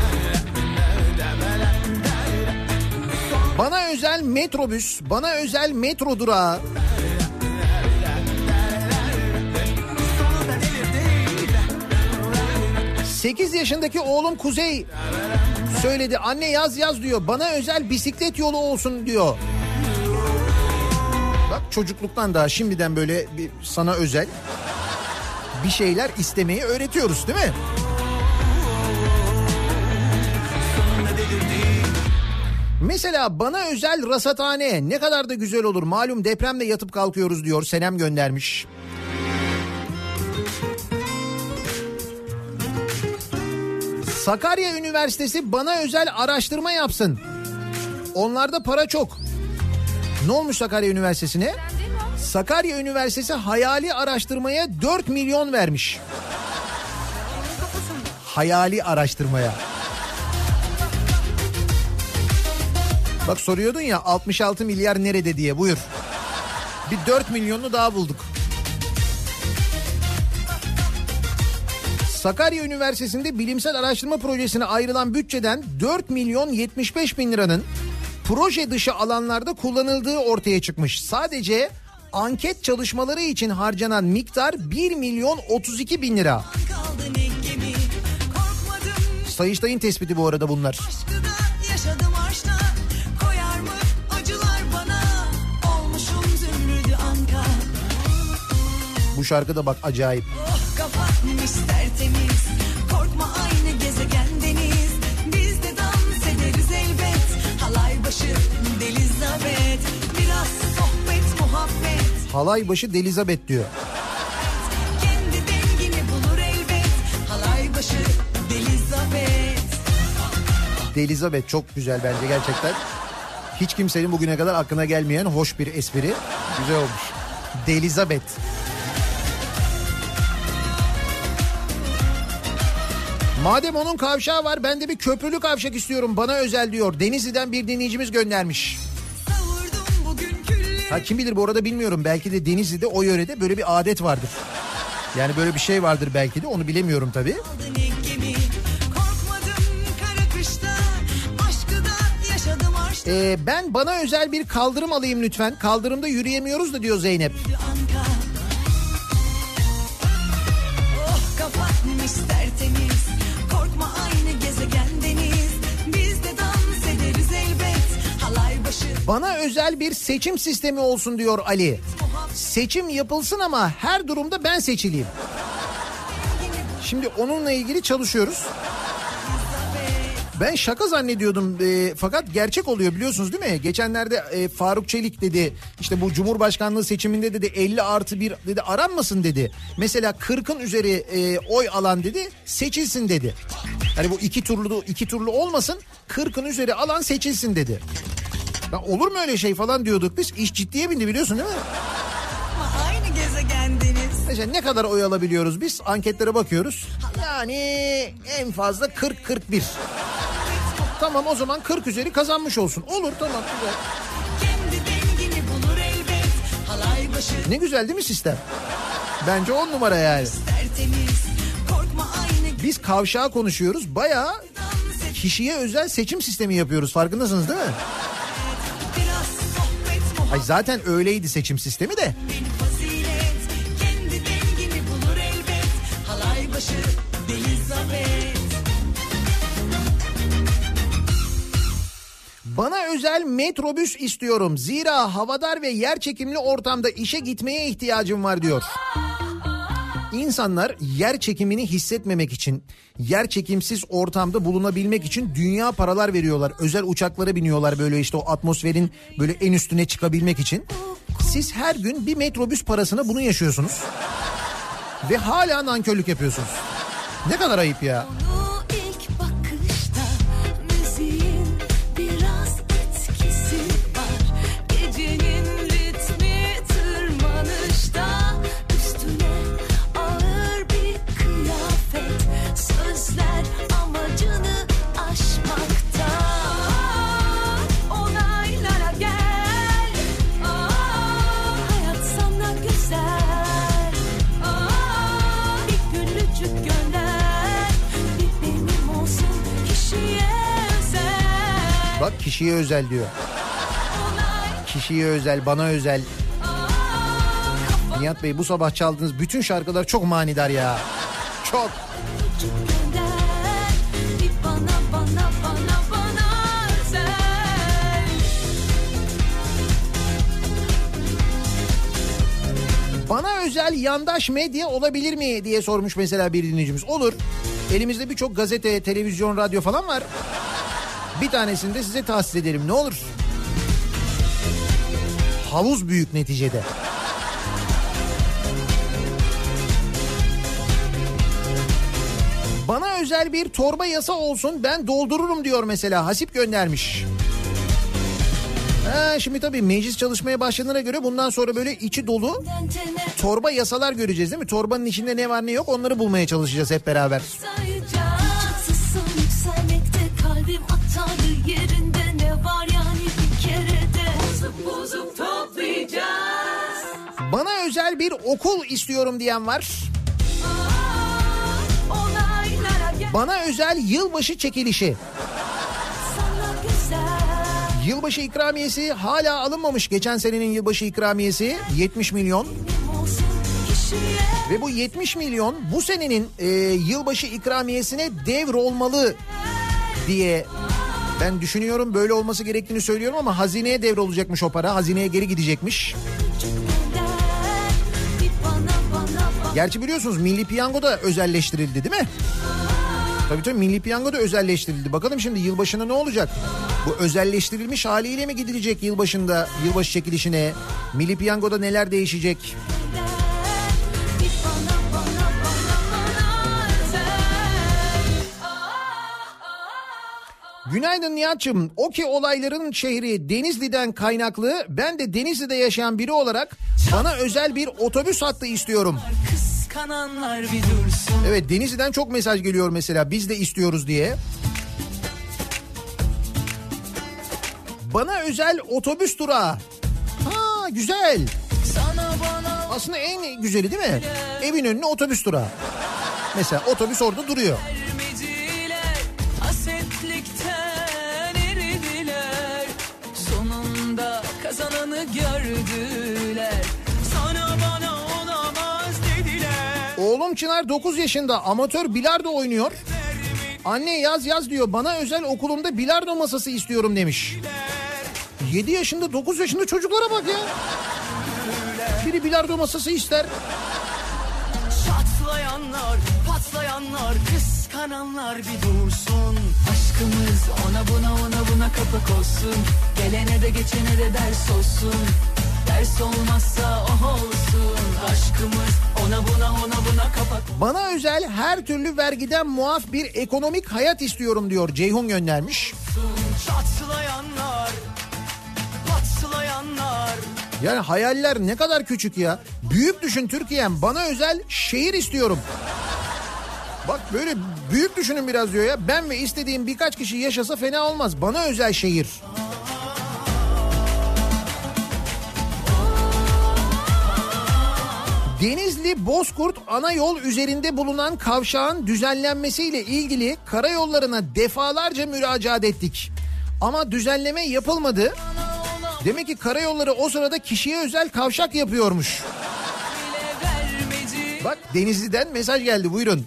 Bana özel metrobüs, bana özel metro durağı. sekiz yaşındaki oğlum Kuzey söyledi, anne yaz yaz diyor, bana özel bisiklet yolu olsun diyor. Bak, çocukluktan daha şimdiden böyle bir sana özel bir şeyler istemeyi öğretiyoruz değil mi? Mesela bana özel rasathane ne kadar da güzel olur. Malum depremde yatıp kalkıyoruz diyor. Senem göndermiş. Sakarya Üniversitesi bana özel araştırma yapsın. Onlarda para çok. Ne olmuş Sakarya Üniversitesi'ne? Sakarya Üniversitesi hayali araştırmaya dört milyon vermiş. Hayali araştırmaya. Bak soruyordun ya altmış altı milyar nerede diye, buyur. Bir dört milyonunu daha bulduk. Sakarya Üniversitesi'nde bilimsel araştırma projesine ayrılan bütçeden dört milyon yetmiş beş bin liranın proje dışı alanlarda kullanıldığı ortaya çıkmış. Sadece anket çalışmaları için harcanan miktar bir milyon otuz iki bin lira. Sayıştay'ın tespiti bu arada bunlar. Bu şarkı da bak acayip. kapatmış tertemiz. Korkma aynı gezegendeniz. Biz de dans ederiz elbet. Halay başı Delizabeth. Biraz sohbet muhabbet. Halay başı Delizabeth diyor. Kendi dengini bulur elbet. Halay başı Delizabeth. Delizabeth çok güzel bence gerçekten. Hiç kimsenin bugüne kadar aklına gelmeyen hoş bir espri. Güzel olmuş. Delizabeth. Madem onun kavşağı var, ben de bir köprülü kavşak istiyorum. Bana özel diyor. Denizli'den bir dinleyicimiz göndermiş. Ha kim bilir, bu arada bilmiyorum. Belki de Denizli'de, o yörede böyle bir adet vardır. Yani böyle bir şey vardır belki de, onu bilemiyorum tabii. Ee, ben bana özel bir kaldırım alayım lütfen. Kaldırımda yürüyemiyoruz da diyor Zeynep. Oh, kapatmış tertemiz. Korkma aynı gezegendeniz. Biz de dans ederiz elbet. Halay başı. Bana özel bir seçim sistemi olsun diyor Ali. Seçim yapılsın ama her durumda ben seçileyim. Şimdi onunla ilgili çalışıyoruz. Ben şaka zannediyordum e, fakat gerçek oluyor, biliyorsunuz değil mi? Geçenlerde e, Faruk Çelik dedi, işte bu Cumhurbaşkanlığı seçiminde dedi elli artı bir dedi aranmasın dedi. Mesela kırkın üzeri e, oy alan dedi seçilsin dedi. Hani bu iki turlu iki turlu olmasın, kırkın üzeri alan seçilsin dedi. Ya olur mu öyle şey falan diyorduk biz. İş ciddiye bindi, biliyorsun değil mi? Ama aynı gezegendeniz. Mesela ne kadar oy alabiliyoruz biz? Anketlere bakıyoruz. Yani en fazla kırk kırk bir. Tamam, o zaman kırk üzeri kazanmış olsun. Olur, tamam, güzel. Kendi dengini bulur elbet. Halay başı. Ne güzel değil mi sistem? Bence on numara yani. Tertemiz. Korkma aynı. Biz kavşağı konuşuyoruz. Bayağı kişiye özel seçim sistemi yapıyoruz. Farkındasınız değil mi? Biraz sohbet muhabbet. Ay zaten öyleydi seçim sistemi de. Fazilet. Kendi dengini bulur elbet. Halay başı Delizabeth. Bana özel metrobüs istiyorum. Zira havadar ve yer çekimli ortamda işe gitmeye ihtiyacım var diyor. İnsanlar yer çekimini hissetmemek için, yer çekimsiz ortamda bulunabilmek için dünya paralar veriyorlar. Özel uçaklara biniyorlar böyle, işte o atmosferin böyle en üstüne çıkabilmek için. Siz her gün bir metrobüs parasına bunu yaşıyorsunuz. Ve hala nankörlük yapıyorsunuz. Ne kadar ayıp ya. Bak kişiye özel diyor. Kişiye özel, bana özel. Nihat Bey, bu sabah çaldığınız bütün şarkılar çok manidar ya. Çok. Bana özel yandaş medya olabilir mi diye sormuş mesela bir dinleyicimiz. Olur. Elimizde birçok gazete, televizyon, radyo falan var. Bir tanesini de size tahsis edelim, ne olur. Havuz büyük neticede. Bana özel bir torba yasa olsun, ben doldururum diyor mesela. Hasip göndermiş. Ha, şimdi tabii meclis çalışmaya başladığına göre bundan sonra böyle içi dolu torba yasalar göreceğiz değil mi? Torbanın içinde ne var ne yok, onları bulmaya çalışacağız hep beraber. Bana özel bir okul istiyorum diyen var. Bana özel yılbaşı çekilişi. Yılbaşı ikramiyesi hala alınmamış. Geçen senenin yılbaşı ikramiyesi yetmiş milyon. Ve bu yetmiş milyon bu senenin e, yılbaşı ikramiyesine devrolmalı diye ben düşünüyorum. Böyle olması gerektiğini söylüyorum ama hazineye devrolacakmış o para. Hazineye geri gidecekmiş. Gerçi biliyorsunuz Milli Piyango da özelleştirildi değil mi? Tabii tabii Milli Piyango da özelleştirildi. Bakalım şimdi yılbaşında ne olacak? Bu özelleştirilmiş haliyle mi gidilecek yılbaşında, yılbaşı çekilişine? Milli Piyango'da neler değişecek? Günaydın Nihat'cığım. O ki olayların şehri Denizli'den kaynaklı, ben de Denizli'de yaşayan biri olarak bana özel bir otobüs hattı istiyorum. Evet, Denizli'den çok mesaj geliyor mesela, biz de istiyoruz diye. Bana özel otobüs durağı. Ha, güzel. Aslında en güzeli değil mi? Evin önüne otobüs durağı. Mesela otobüs orada duruyor. Kazananı gördüler. Sana bana olamaz dediler. Oğlum Çınar dokuz yaşında, amatör bilardo oynuyor. Anne yaz yaz diyor, bana özel okulumda bilardo masası istiyorum demiş. yedi yaşında dokuz yaşında çocuklara bak ya. Biri bilardo masası ister. Çatlayanlar, patlayanlar, kıskananlar bir dursun. Aşkımız ona buna ona buna kapak olsun. Gelene de geçene de ders olsun. Ders olmazsa oh olsun. Aşkımız ona buna ona buna kapak. Bana özel her türlü vergiden muaf bir ekonomik hayat istiyorum diyor, Ceyhun göndermiş. Çatlayanlar, patlayanlar. Yani hayaller ne kadar küçük ya. Büyük düşün Türkiye'm, bana özel şehir istiyorum. Bak böyle büyük düşünün biraz diyor ya. Ben ve istediğim birkaç kişi yaşasa fena olmaz. Bana özel şehir. Denizli Bozkurt ana yol üzerinde bulunan kavşağın düzenlenmesiyle ilgili karayollarına defalarca müracaat ettik. Ama düzenleme yapılmadı. Demek ki karayolları o sırada kişiye özel kavşak yapıyormuş. Bak Denizli'den mesaj geldi, buyurun.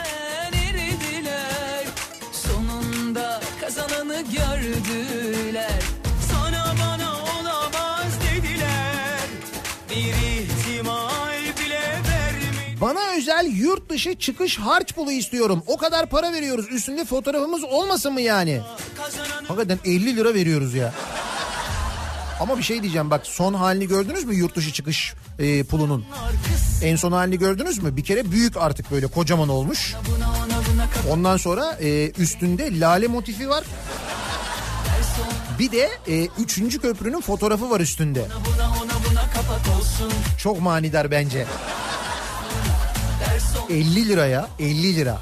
Sonunda kazananı gördüler. Sana bana olamaz dediler. Bir ihtimal bile vermedi. Bana özel yurt dışı çıkış harç pulu istiyorum. O kadar para veriyoruz, üstünde fotoğrafımız olmasın mı yani? Hakikaten elli lira veriyoruz ya. Ama bir şey diyeceğim, bak son halini gördünüz mü yurt dışı çıkış e, pulunun? En son halini gördünüz mü? Bir kere büyük, artık böyle kocaman olmuş. Ondan sonra e, üstünde lale motifi var. Bir de e, üçüncü köprünün fotoğrafı var üstünde. Çok manidar bence. elli liraya, elli lira.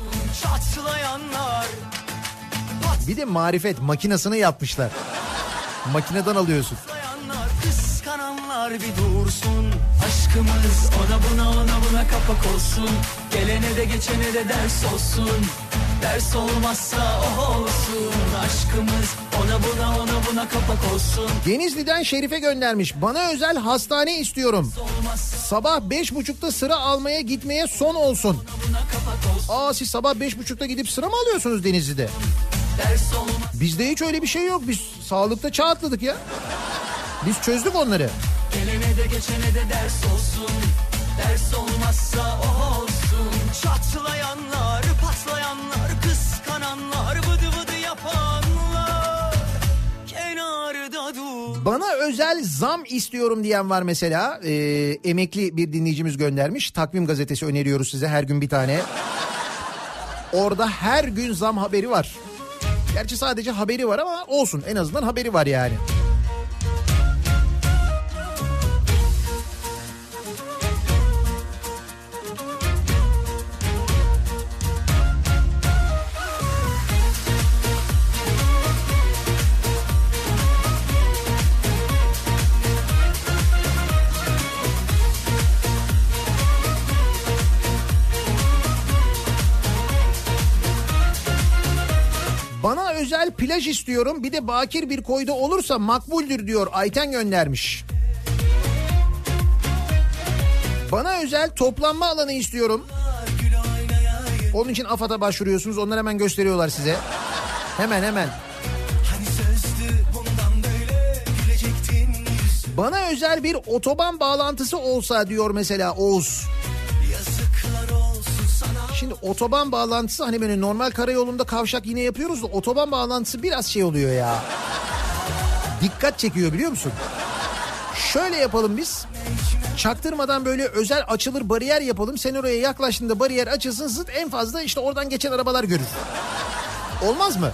Bir de marifet makinasını yapmışlar. Makineden alıyorsun. Kıskananlar bir dursun. Aşkımız ona buna ona buna kapak olsun. Gelene de geçene de ders olsun. Ders olmazsa oh olsun. Aşkımız ona buna ona buna kapak olsun. Denizli'den Şerife göndermiş. Bana özel hastane istiyorum. Sabah beş buçukta sıra almaya gitmeye son olsun. Aa, siz sabah beş buçukta gidip sıra mı alıyorsunuz Denizli'de? Bizde hiç öyle bir şey yok. Biz sağlıkta çağ atladık ya. Biz çözdük onları. Gelene de geçene de ders olsun. Ders olmazsa o olsun. Çatlayanlar, patlayanlar, kıskananlar, vıdı vıdı yapanlar kenarda dur. Bana özel zam istiyorum diyen var mesela. Ee, emekli bir dinleyicimiz göndermiş. Takvim gazetesi öneriyoruz size, her gün bir tane. Orada her gün zam haberi var. Gerçi sadece haberi var ama olsun, en azından haberi var yani. Bana özel plaj istiyorum, bir de bakir bir koyda olursa makbuldür diyor, Ayten göndermiş. Bana özel toplanma alanı istiyorum. Onun için AFAD'a başvuruyorsunuz, onlar hemen gösteriyorlar size. Hemen hemen. Bana özel bir otoban bağlantısı olsa diyor mesela Oğuz. Şimdi otoban bağlantısı hani böyle normal karayolunda kavşak yine yapıyoruz da otoban bağlantısı biraz şey oluyor ya. Dikkat çekiyor biliyor musun? Şöyle yapalım biz. Çaktırmadan böyle özel açılır bariyer yapalım. Sen oraya yaklaştığında bariyer açılsın, zıt en fazla işte oradan geçen arabalar görür. Olmaz mı?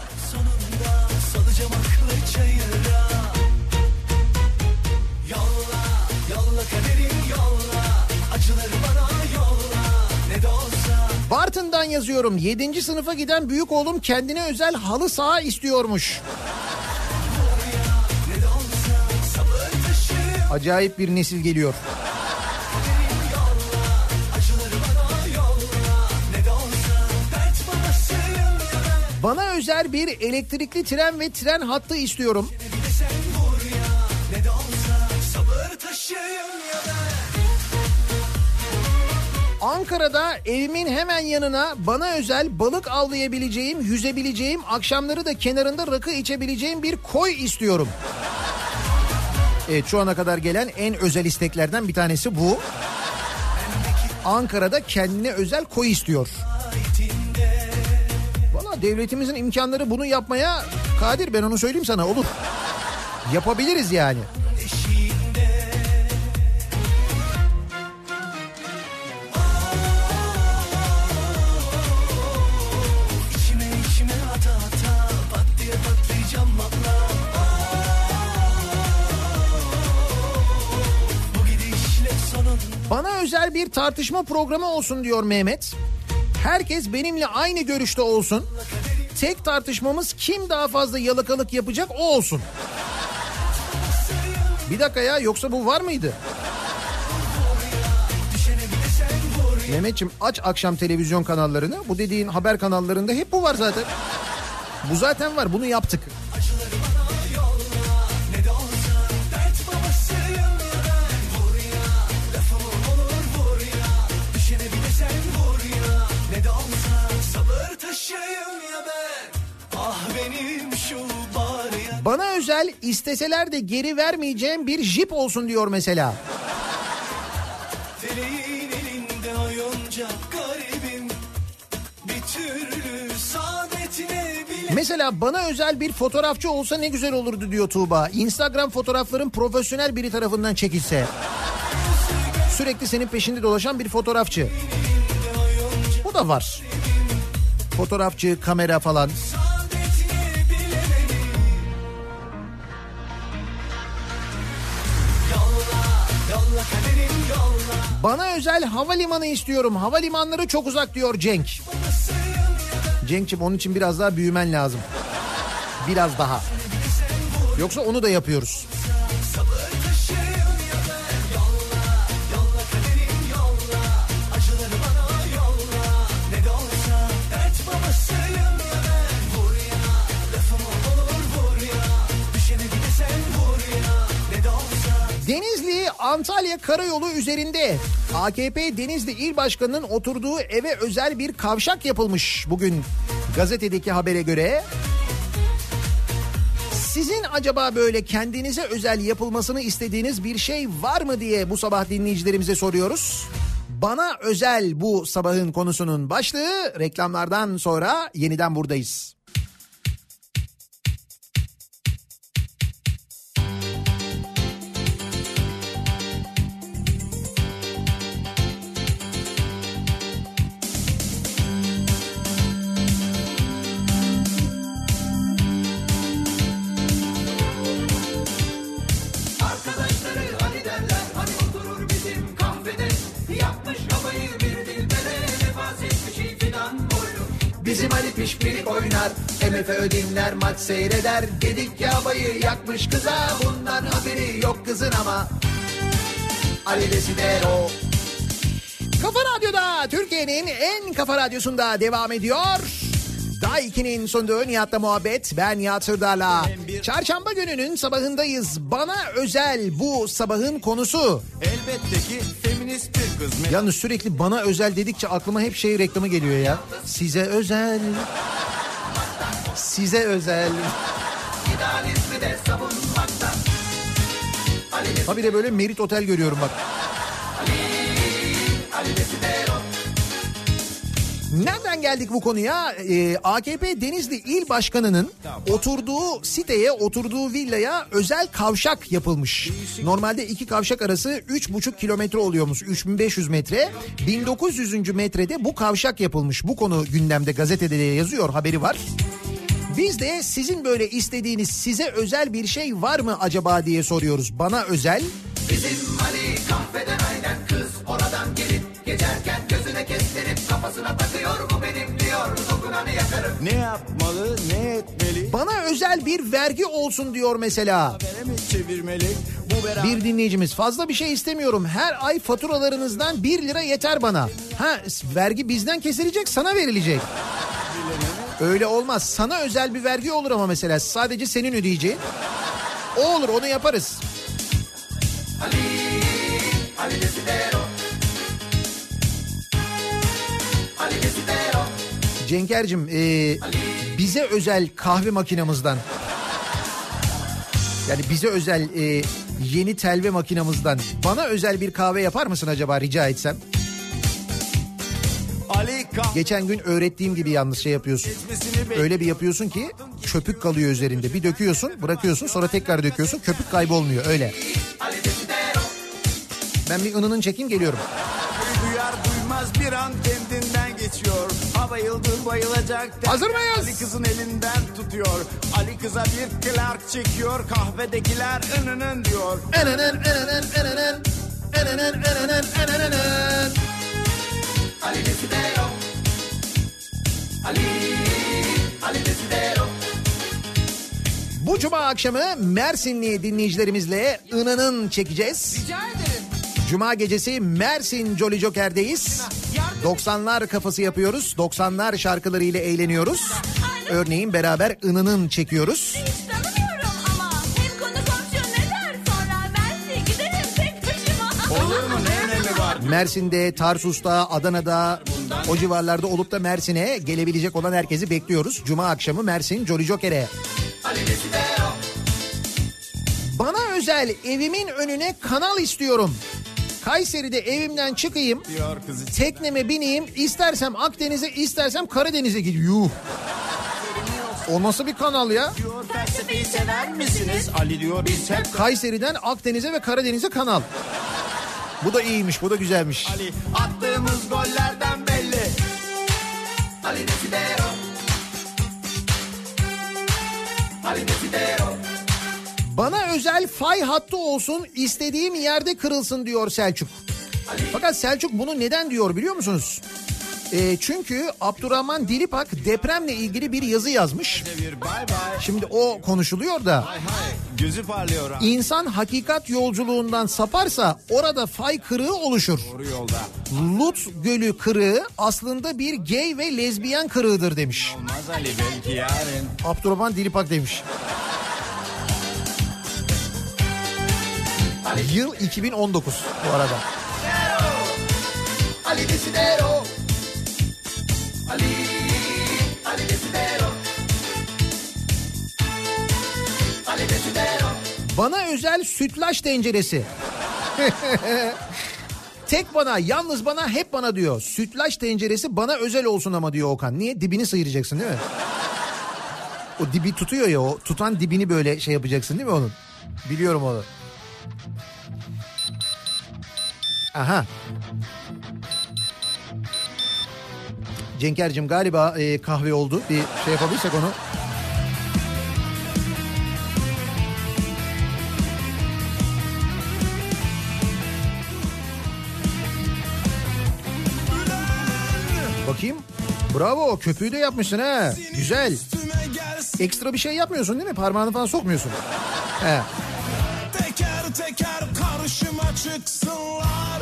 Bartın'dan yazıyorum. yedinci sınıfa giden büyük oğlum kendine özel halı saha istiyormuş. Acayip bir nesil geliyor. Bana özel bir elektrikli tren ve tren hattı istiyorum. Ankara'da evimin hemen yanına bana özel balık avlayabileceğim, yüzebileceğim, akşamları da kenarında rakı içebileceğim bir koy istiyorum. Evet, şu ana kadar gelen en özel isteklerden bir tanesi bu. Ankara'da kendine özel koy istiyor. Valla devletimizin imkanları bunu yapmaya kadir, ben onu söyleyeyim sana, olur. Yapabiliriz yani. Bana özel bir tartışma programı olsun diyor Mehmet. Herkes benimle aynı görüşte olsun. Tek tartışmamız kim daha fazla yalakalık yapacak o olsun. Bir dakika ya, yoksa bu var mıydı? Mehmetciğim aç akşam televizyon kanallarını. Bu dediğin haber kanallarında hep bu var zaten. Bu zaten var, bunu yaptık. Bana özel isteseler de geri vermeyeceğim bir jip olsun diyor mesela. Mesela bana özel bir fotoğrafçı olsa ne güzel olurdu diyor Tuğba. Instagram fotoğrafların profesyonel biri tarafından çekilse. Sürekli senin peşinde dolaşan bir fotoğrafçı. Bu da var. Fotoğrafçı, kamera falan. Bana özel havalimanı istiyorum. Havalimanları çok uzak diyor Cenk. Cenk'ciğim onun için biraz daha büyümen lazım. Biraz daha. Yoksa onu da yapıyoruz. Denizli Antalya karayolu üzerinde A K P Denizli İl Başkanı'nın oturduğu eve özel bir kavşak yapılmış bugün gazetedeki habere göre. Sizin acaba böyle kendinize özel yapılmasını istediğiniz bir şey var mı diye bu sabah dinleyicilerimize soruyoruz. Bana özel bu sabahın konusunun başlığı. Reklamlardan sonra yeniden buradayız. Bizim Ali pişpirik oynar, M F Ö dinler, maç seyreder. Gedik ya bayı yakmış kıza, bundan haberi yok kızın ama Ali Desidero. Kafa Radyo'da, Türkiye'nin en kafa radyosunda devam ediyor. Day iki'nin sunduğu Nihat'la muhabbet. Ben Nihat Sırdar'la. Çarşamba gününün sabahındayız. Bana özel bu sabahın konusu. Elbette ki feminist bir kız. Yalnız sürekli bana özel dedikçe aklıma hep şey reklamı geliyor ya. Size özel. Size özel. Ha bir de böyle Merit Otel görüyorum bak. Nereden geldik bu konuya? Ee, A K P Denizli İl Başkanı'nın oturduğu siteye, oturduğu villaya özel kavşak yapılmış. Normalde iki kavşak arası üç buçuk kilometre oluyormuş. üç bin beş yüz metre. bin dokuz yüzüncü metrede bu kavşak yapılmış. Bu konu gündemde, gazetede de yazıyor, haberi var. Biz de sizin böyle istediğiniz, size özel bir şey var mı acaba diye soruyoruz. Bana özel. Bizim Ali kahveden aynen kız oradan gelip geçerken gözüne kestirip kafasına takıyor, bu benim diyor, dokunanı yakarım. Ne yapmalı, ne etmeli? Bana özel bir vergi olsun diyor mesela. Mi çevirmeli? Bu beraber... Bir dinleyicimiz, fazla bir şey istemiyorum. Her ay faturalarınızdan bir lira yeter bana. Ha, vergi bizden kesilecek, sana verilecek. Öyle olmaz. Sana özel bir vergi olur ama mesela sadece senin ödeyeceğin. O olur, onu yaparız. Ali, Ali Desidero. Ali Desidero. Cenker'cim e, bize özel kahve makinamızdan, yani bize özel e, yeni telve makinamızdan bana özel bir kahve yapar mısın acaba, rica etsem? Ali kah- Geçen gün öğrettiğim gibi yalnız şey yapıyorsun. Öyle bir yapıyorsun ki köpük kalıyor üzerinde. Bir döküyorsun, bırakıyorsun, sonra tekrar döküyorsun, köpük kaybolmuyor, öyle. Ben bir ınının çekeyim, geliyorum. Duyar duymaz bir an kendinden geçiyor. Ha bayıldı bayılacak. Hazır mıyız? Ali kızın elinden tutuyor. Ali kıza bir Clark çekiyor. Kahvedekiler ınının diyor. Enenen enenen enenen enenen enenen enenen. Ali Desidero. Ali, Ali Desidero. Bu cuma akşamı Mersinli dinleyicilerimizle ınının çekeceğiz. Rica ederim. Cuma gecesi Mersin Jolly Joker'deyiz. doksanlar kafası yapıyoruz. doksanlar şarkılarıyla eğleniyoruz. Örneğin beraber ınının çekiyoruz. Hiç tanımıyorum ama hem konu komşu ne der, sonra Mersin'e giderim tek başıma. Olur mu, ne önemi var? Mersin'de, Tarsus'ta, Adana'da, o civarlarda olup da Mersin'e gelebilecek olan herkesi bekliyoruz. Cuma akşamı Mersin Jolly Joker'e. Ali Desidero. Bana özel evimin önüne kanal istiyorum. Kayseri'de evimden çıkayım, Diyor kızı. tekneme bineyim, istersem Akdeniz'e, istersem Karadeniz'e gideyim. Yuh. O nasıl bir kanal ya? Diyor felsefeyi sever misiniz? Ali diyor biz hep. Kayseri'den Akdeniz'e ve Karadeniz'e kanal. Bu da iyiymiş, bu da güzelmiş. Ali attığımız gollerden belli. Ali Desidero. Ali Desidero. Bana özel fay hattı olsun, istediğim yerde kırılsın diyor Selçuk. Fakat Selçuk bunu neden diyor biliyor musunuz? E, çünkü Abdurrahman Dilipak depremle ilgili bir yazı yazmış. Bir bay bay. Şimdi o konuşuluyor da. Hay hay. Gözü parlıyor ha. İnsan hakikat yolculuğundan saparsa orada fay kırığı oluşur. Doğru yolda. Lut Gölü kırığı aslında bir gay ve lezbiyen kırığıdır demiş. Olmaz Ali, belki yarın. Abdurrahman Dilipak demiş. Yıl iki bin on dokuz bu arada. Ali Desidero. Ali, Ali Desidero. Ali Desidero. Bana özel sütlaç tenceresi. Tek bana, yalnız bana, hep bana diyor. Sütlaç tenceresi bana özel olsun ama diyor Okan. Niye? Dibini sıyıracaksın değil mi? O dibi tutuyor ya, o tutan dibini böyle şey yapacaksın değil mi onun? Biliyorum onu. Aha. Cenker'cim galiba e, kahve oldu. Bir şey yapabilirsek onu. Bakayım. Bravo, köpüğü de yapmışsın ha. Güzel. Ekstra bir şey yapmıyorsun değil mi? Parmağını falan sokmuyorsun. He. Teker teker karşıma çıksınlar.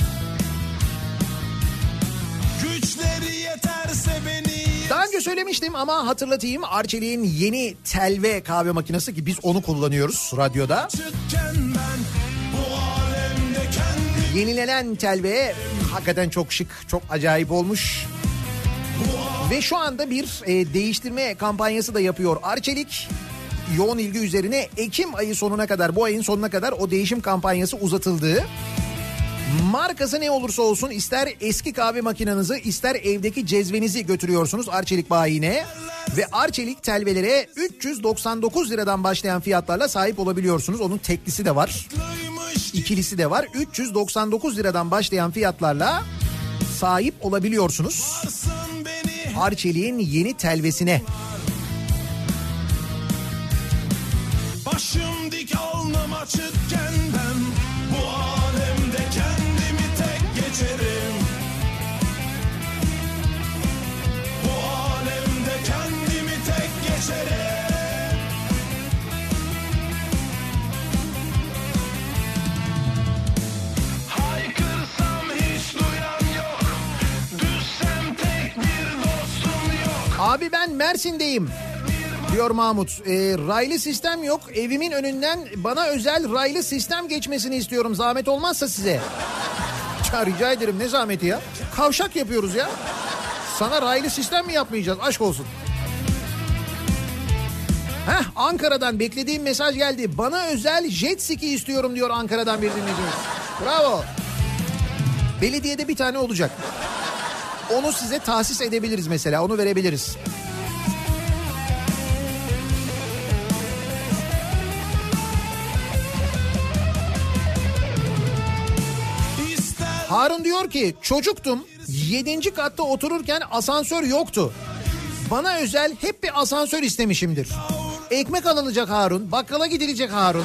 Güçleri yeterse beni. Daha önce söylemiştim ama hatırlatayım. Arçelik'in yeni telve kahve makinesi, ki biz onu kullanıyoruz radyoda. Ben bu alemde kendi. Yenilenen telve hakikaten çok şık, çok acayip olmuş. Ve şu anda bir e, değiştirme kampanyası da yapıyor Arçelik. Yoğun ilgi üzerine Ekim ayı sonuna kadar, bu ayın sonuna kadar o değişim kampanyası uzatıldı. Markası ne olursa olsun ister eski kahve makinenizi ister evdeki cezvenizi götürüyorsunuz Arçelik Bayi'ne. Ve Arçelik telvelere üç yüz doksan dokuz liradan başlayan fiyatlarla sahip olabiliyorsunuz. Onun teklisi de var. İkilisi de var. üç yüz doksan dokuz liradan başlayan fiyatlarla sahip olabiliyorsunuz. Arçelik'in yeni telvesine. Başım dik alnım açıkken ben bu alemde kendimi tek geçerim. Bu alemde kendimi tek geçerim. Haykırsam hiç duyan yok. Düşsem tek bir dostum yok. Abi ben Mersin'deyim diyor Mahmut. E, raylı sistem yok. Evimin önünden bana özel raylı sistem geçmesini istiyorum. Zahmet olmazsa size. Ya rica ederim, ne zahmeti ya? Kavşak yapıyoruz ya. Sana raylı sistem mi yapmayacağız? Aşk olsun. Heh, Ankara'dan beklediğim mesaj geldi. Bana özel jet ski istiyorum diyor Ankara'dan bir dinleyicimiz. Bravo. Belediyede bir tane olacak. Onu size tahsis edebiliriz mesela. Onu verebiliriz. Harun diyor ki çocuktum, yedinci katta otururken asansör yoktu. Bana özel hep bir asansör istemişimdir. Ekmek alınacak Harun, bakkala gidilecek Harun.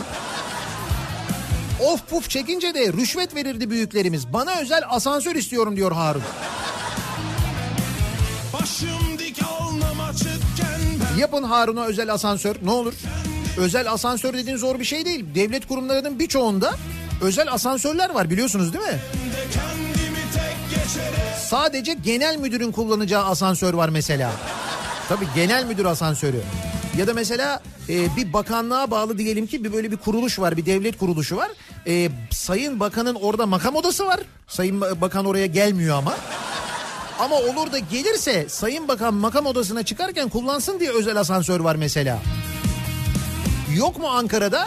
Of puf çekince de rüşvet verirdi büyüklerimiz. Bana özel asansör istiyorum diyor Harun. Başım dik alnım açıkken ben... Yapın Harun'a özel asansör, ne olur. Özel asansör dediğin zor bir şey değil. Devlet kurumlarının birçoğunda özel asansörler var, biliyorsunuz değil mi? Sadece genel müdürün kullanacağı asansör var mesela. Tabii genel müdür asansörü. Ya da mesela e, bir bakanlığa bağlı diyelim ki bir böyle bir kuruluş var, bir devlet kuruluşu var. E, Sayın Bakan'ın orada makam odası var. Sayın Bakan oraya gelmiyor ama. Ama olur da gelirse Sayın Bakan makam odasına çıkarken kullansın diye özel asansör var mesela. Yok mu Ankara'da?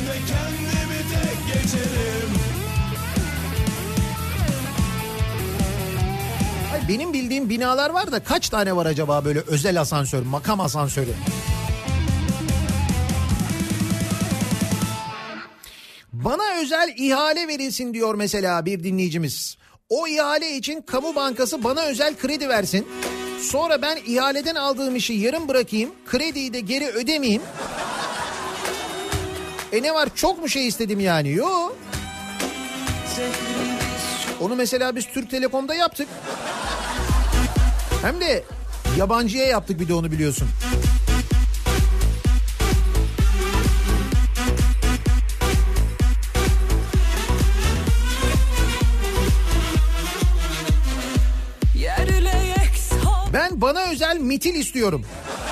Ay, benim bildiğim binalar var da kaç tane var acaba böyle özel asansör, makam asansörü? Bana özel ihale verilsin diyor mesela bir dinleyicimiz. O ihale için kamu bankası bana özel kredi versin. Sonra ben ihaleden aldığım işi yarım bırakayım. Krediyi de geri ödemeyeyim. E ne var, çok mu şey istedim yani? Yok. Onu mesela biz Türk Telekom'da yaptık. Hem de yabancıya yaptık bir de onu, biliyorsun. Ben bana özel mitil istiyorum.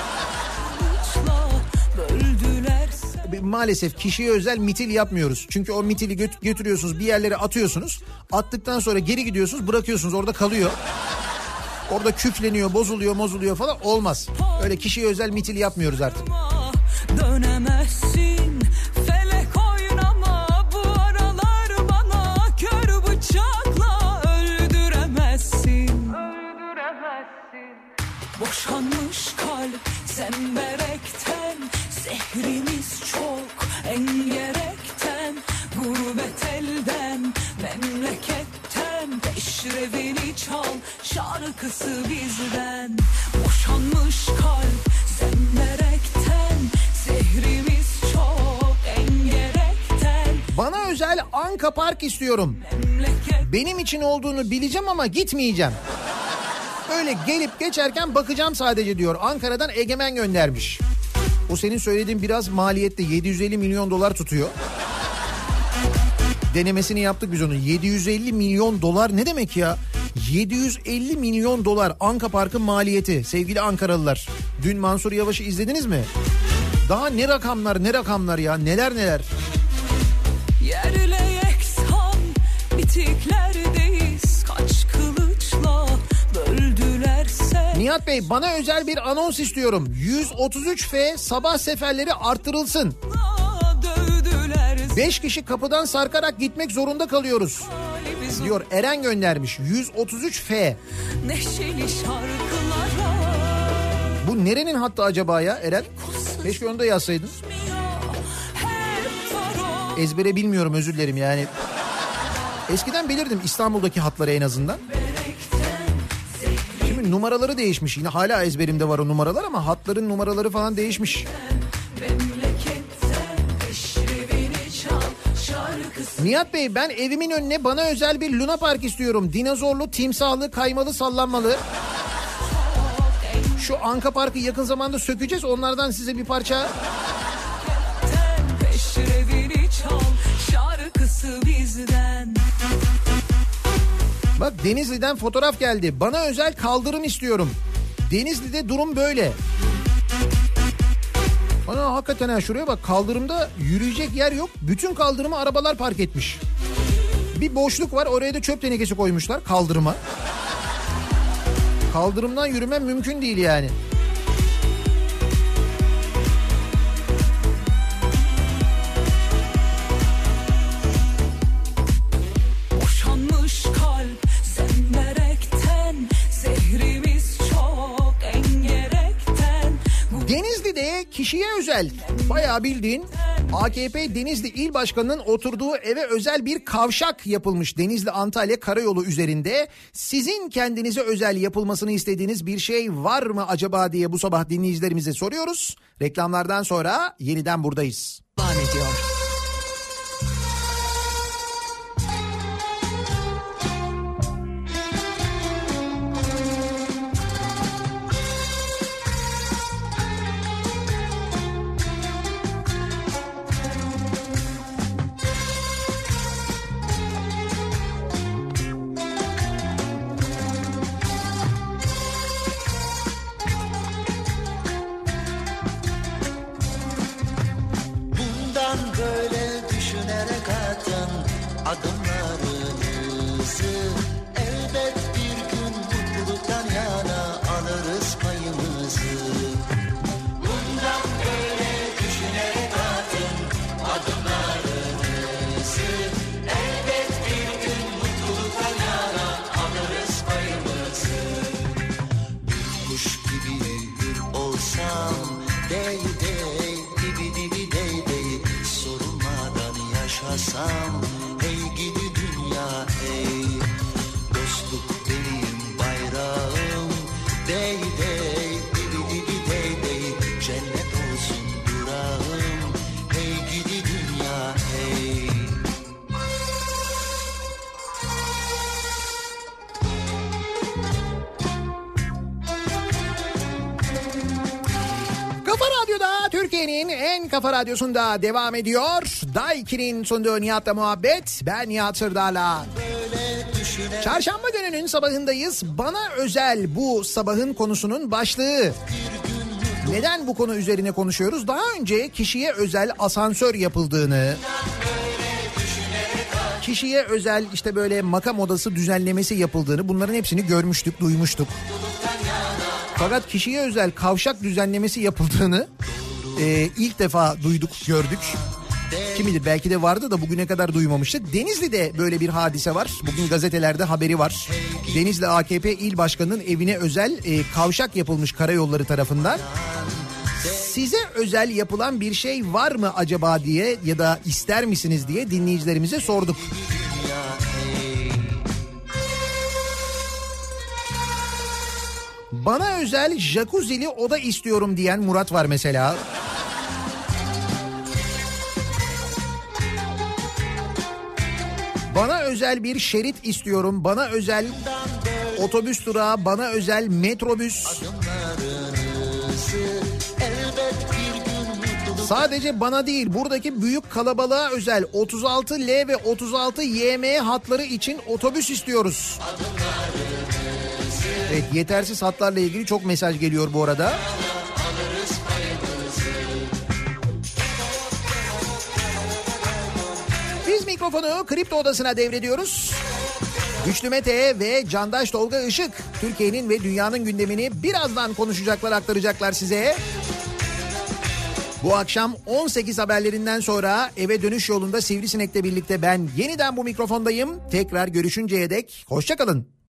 Maalesef kişiye özel mitil yapmıyoruz. Çünkü o mitili göt- götürüyorsunuz bir yerlere atıyorsunuz. Attıktan sonra geri gidiyorsunuz, bırakıyorsunuz, orada kalıyor. Orada küfleniyor, bozuluyor, mozuluyor falan, olmaz. Öyle kişiye özel mitil yapmıyoruz artık. Dönemezsin felek oynama, bu aralar bana kör bıçakla öldüremezsin. Öldüremezsin. Boşanmış kalp zemberekten, zehrimiz çok engerekten, gurbet elden memleketten, peşrevini çal şarkısı bizden. Boşanmış kalp zemberekten, zehrimiz çok engerekten. Bana özel Anka Park istiyorum. Memleket. Benim için olduğunu bileceğim ama gitmeyeceğim. Öyle gelip geçerken bakacağım sadece diyor. Ankara'dan Egemen göndermiş. O senin söylediğin biraz maliyette, yedi yüz elli milyon dolar tutuyor. Denemesini yaptık biz onun. yedi yüz elli milyon dolar ne demek ya? yedi yüz elli milyon dolar Anka Park'ın maliyeti sevgili Ankaralılar. Dün Mansur Yavaş'ı izlediniz mi? Daha ne rakamlar ne rakamlar ya, neler neler. Yerle yeksan bitiklerdeyiz, kaç kılıçla böldülerse. Nihat Bey, bana özel bir anons istiyorum. yüz otuz üç F sabah seferleri arttırılsın. beş kişi kapıdan sarkarak gitmek zorunda kalıyoruz. diyor. Eren göndermiş. yüz otuz üç F. Neşeli şarkılara. Bu nerenin hattı acaba ya Eren? Keşke onu da yazsaydın. Ezbere bilmiyorum, özür dilerim yani. Eskiden bilirdim İstanbul'daki hatları en azından. Şimdi numaraları değişmiş. Yine hala ezberimde var o numaralar ama hatların numaraları falan değişmiş. Nihat Bey, ben evimin önüne bana özel bir Luna Park istiyorum. Dinozorlu, timsahlı, kaymalı, sallanmalı. Şu Anka Park'ı yakın zamanda sökeceğiz. Onlardan size bir parça. Peşrevini çal, şarkısı bizden. Bak Denizli'den fotoğraf geldi. Bana özel kaldırım istiyorum. Denizli'de durum böyle. Ana hakikaten ha, şuraya bak, kaldırımda yürüyecek yer yok. Bütün kaldırıma arabalar park etmiş. Bir boşluk var, oraya da çöp tenekesi koymuşlar kaldırıma. Kaldırımdan yürümem mümkün değil yani. Boşanmış kalp senderekten, zehrimiz çok engerekten. Denizli'de kişiye özel, bayağı bildiğin A K P Denizli İl Başkanı'nın oturduğu eve özel bir kavşak yapılmış Denizli Antalya Karayolu üzerinde. Sizin kendinize özel yapılmasını istediğiniz bir şey var mı acaba diye bu sabah dinleyicilerimize soruyoruz. Reklamlardan sonra yeniden buradayız. Devam ediyor. adımlarınızı, elbet bir gün mutluluktan yana alırız payımızı. Bundan böyle düşünerek atın adımlarınızı, elbet bir gün mutluluktan yana alırız payımızı. Bir kuş gibi hür olsam, dey dey dibi dibi dey dey, sorulmadan yaşasam, hey gidi dünya hey, dostluk benim bayrağım, dey dey dibi dibi dey dey, cennet olsun durağım, hey gidi dünya hey. Kafa Radyo'da, Türkiye'nin en kafa radyosunda devam ediyor. Daiki'nin sunduğu Nihat'la muhabbet. Ben Nihat Sırdar'la. Çarşamba gününün sabahındayız. Bana özel bu sabahın konusunun başlığı. Neden bu konu üzerine konuşuyoruz? Daha önce kişiye özel asansör yapıldığını, kişiye özel işte böyle makam odası düzenlemesi yapıldığını, bunların hepsini görmüştük, duymuştuk. Fakat kişiye özel kavşak düzenlemesi yapıldığını e, ilk defa duyduk, gördük. Kim bilir, belki de vardı da bugüne kadar duymamıştık. Denizli'de böyle bir hadise var. Bugün gazetelerde haberi var. Denizli A K P İl Başkanı'nın evine özel e, kavşak yapılmış karayolları tarafından. Size özel yapılan bir şey var mı acaba diye ya da ister misiniz diye dinleyicilerimize sorduk. Bana özel jacuzzi'li oda istiyorum diyen Murat var mesela. Bana özel bir şerit istiyorum. Bana özel otobüs durağı, bana özel metrobüs. Sadece bana değil, buradaki büyük kalabalığa özel otuz altı L ve otuz altı Y M hatları için otobüs istiyoruz. Evet, yetersiz hatlarla ilgili çok mesaj geliyor bu arada. Biz mikrofonu Kripto Odası'na devrediyoruz. Güçlü Mete ve Candaş Tolga Işık Türkiye'nin ve dünyanın gündemini birazdan konuşacaklar, aktaracaklar size. Bu akşam on sekiz haberlerinden sonra eve dönüş yolunda Sivrisinek'le birlikte ben yeniden bu mikrofondayım. Tekrar görüşünceye dek hoşça kalın.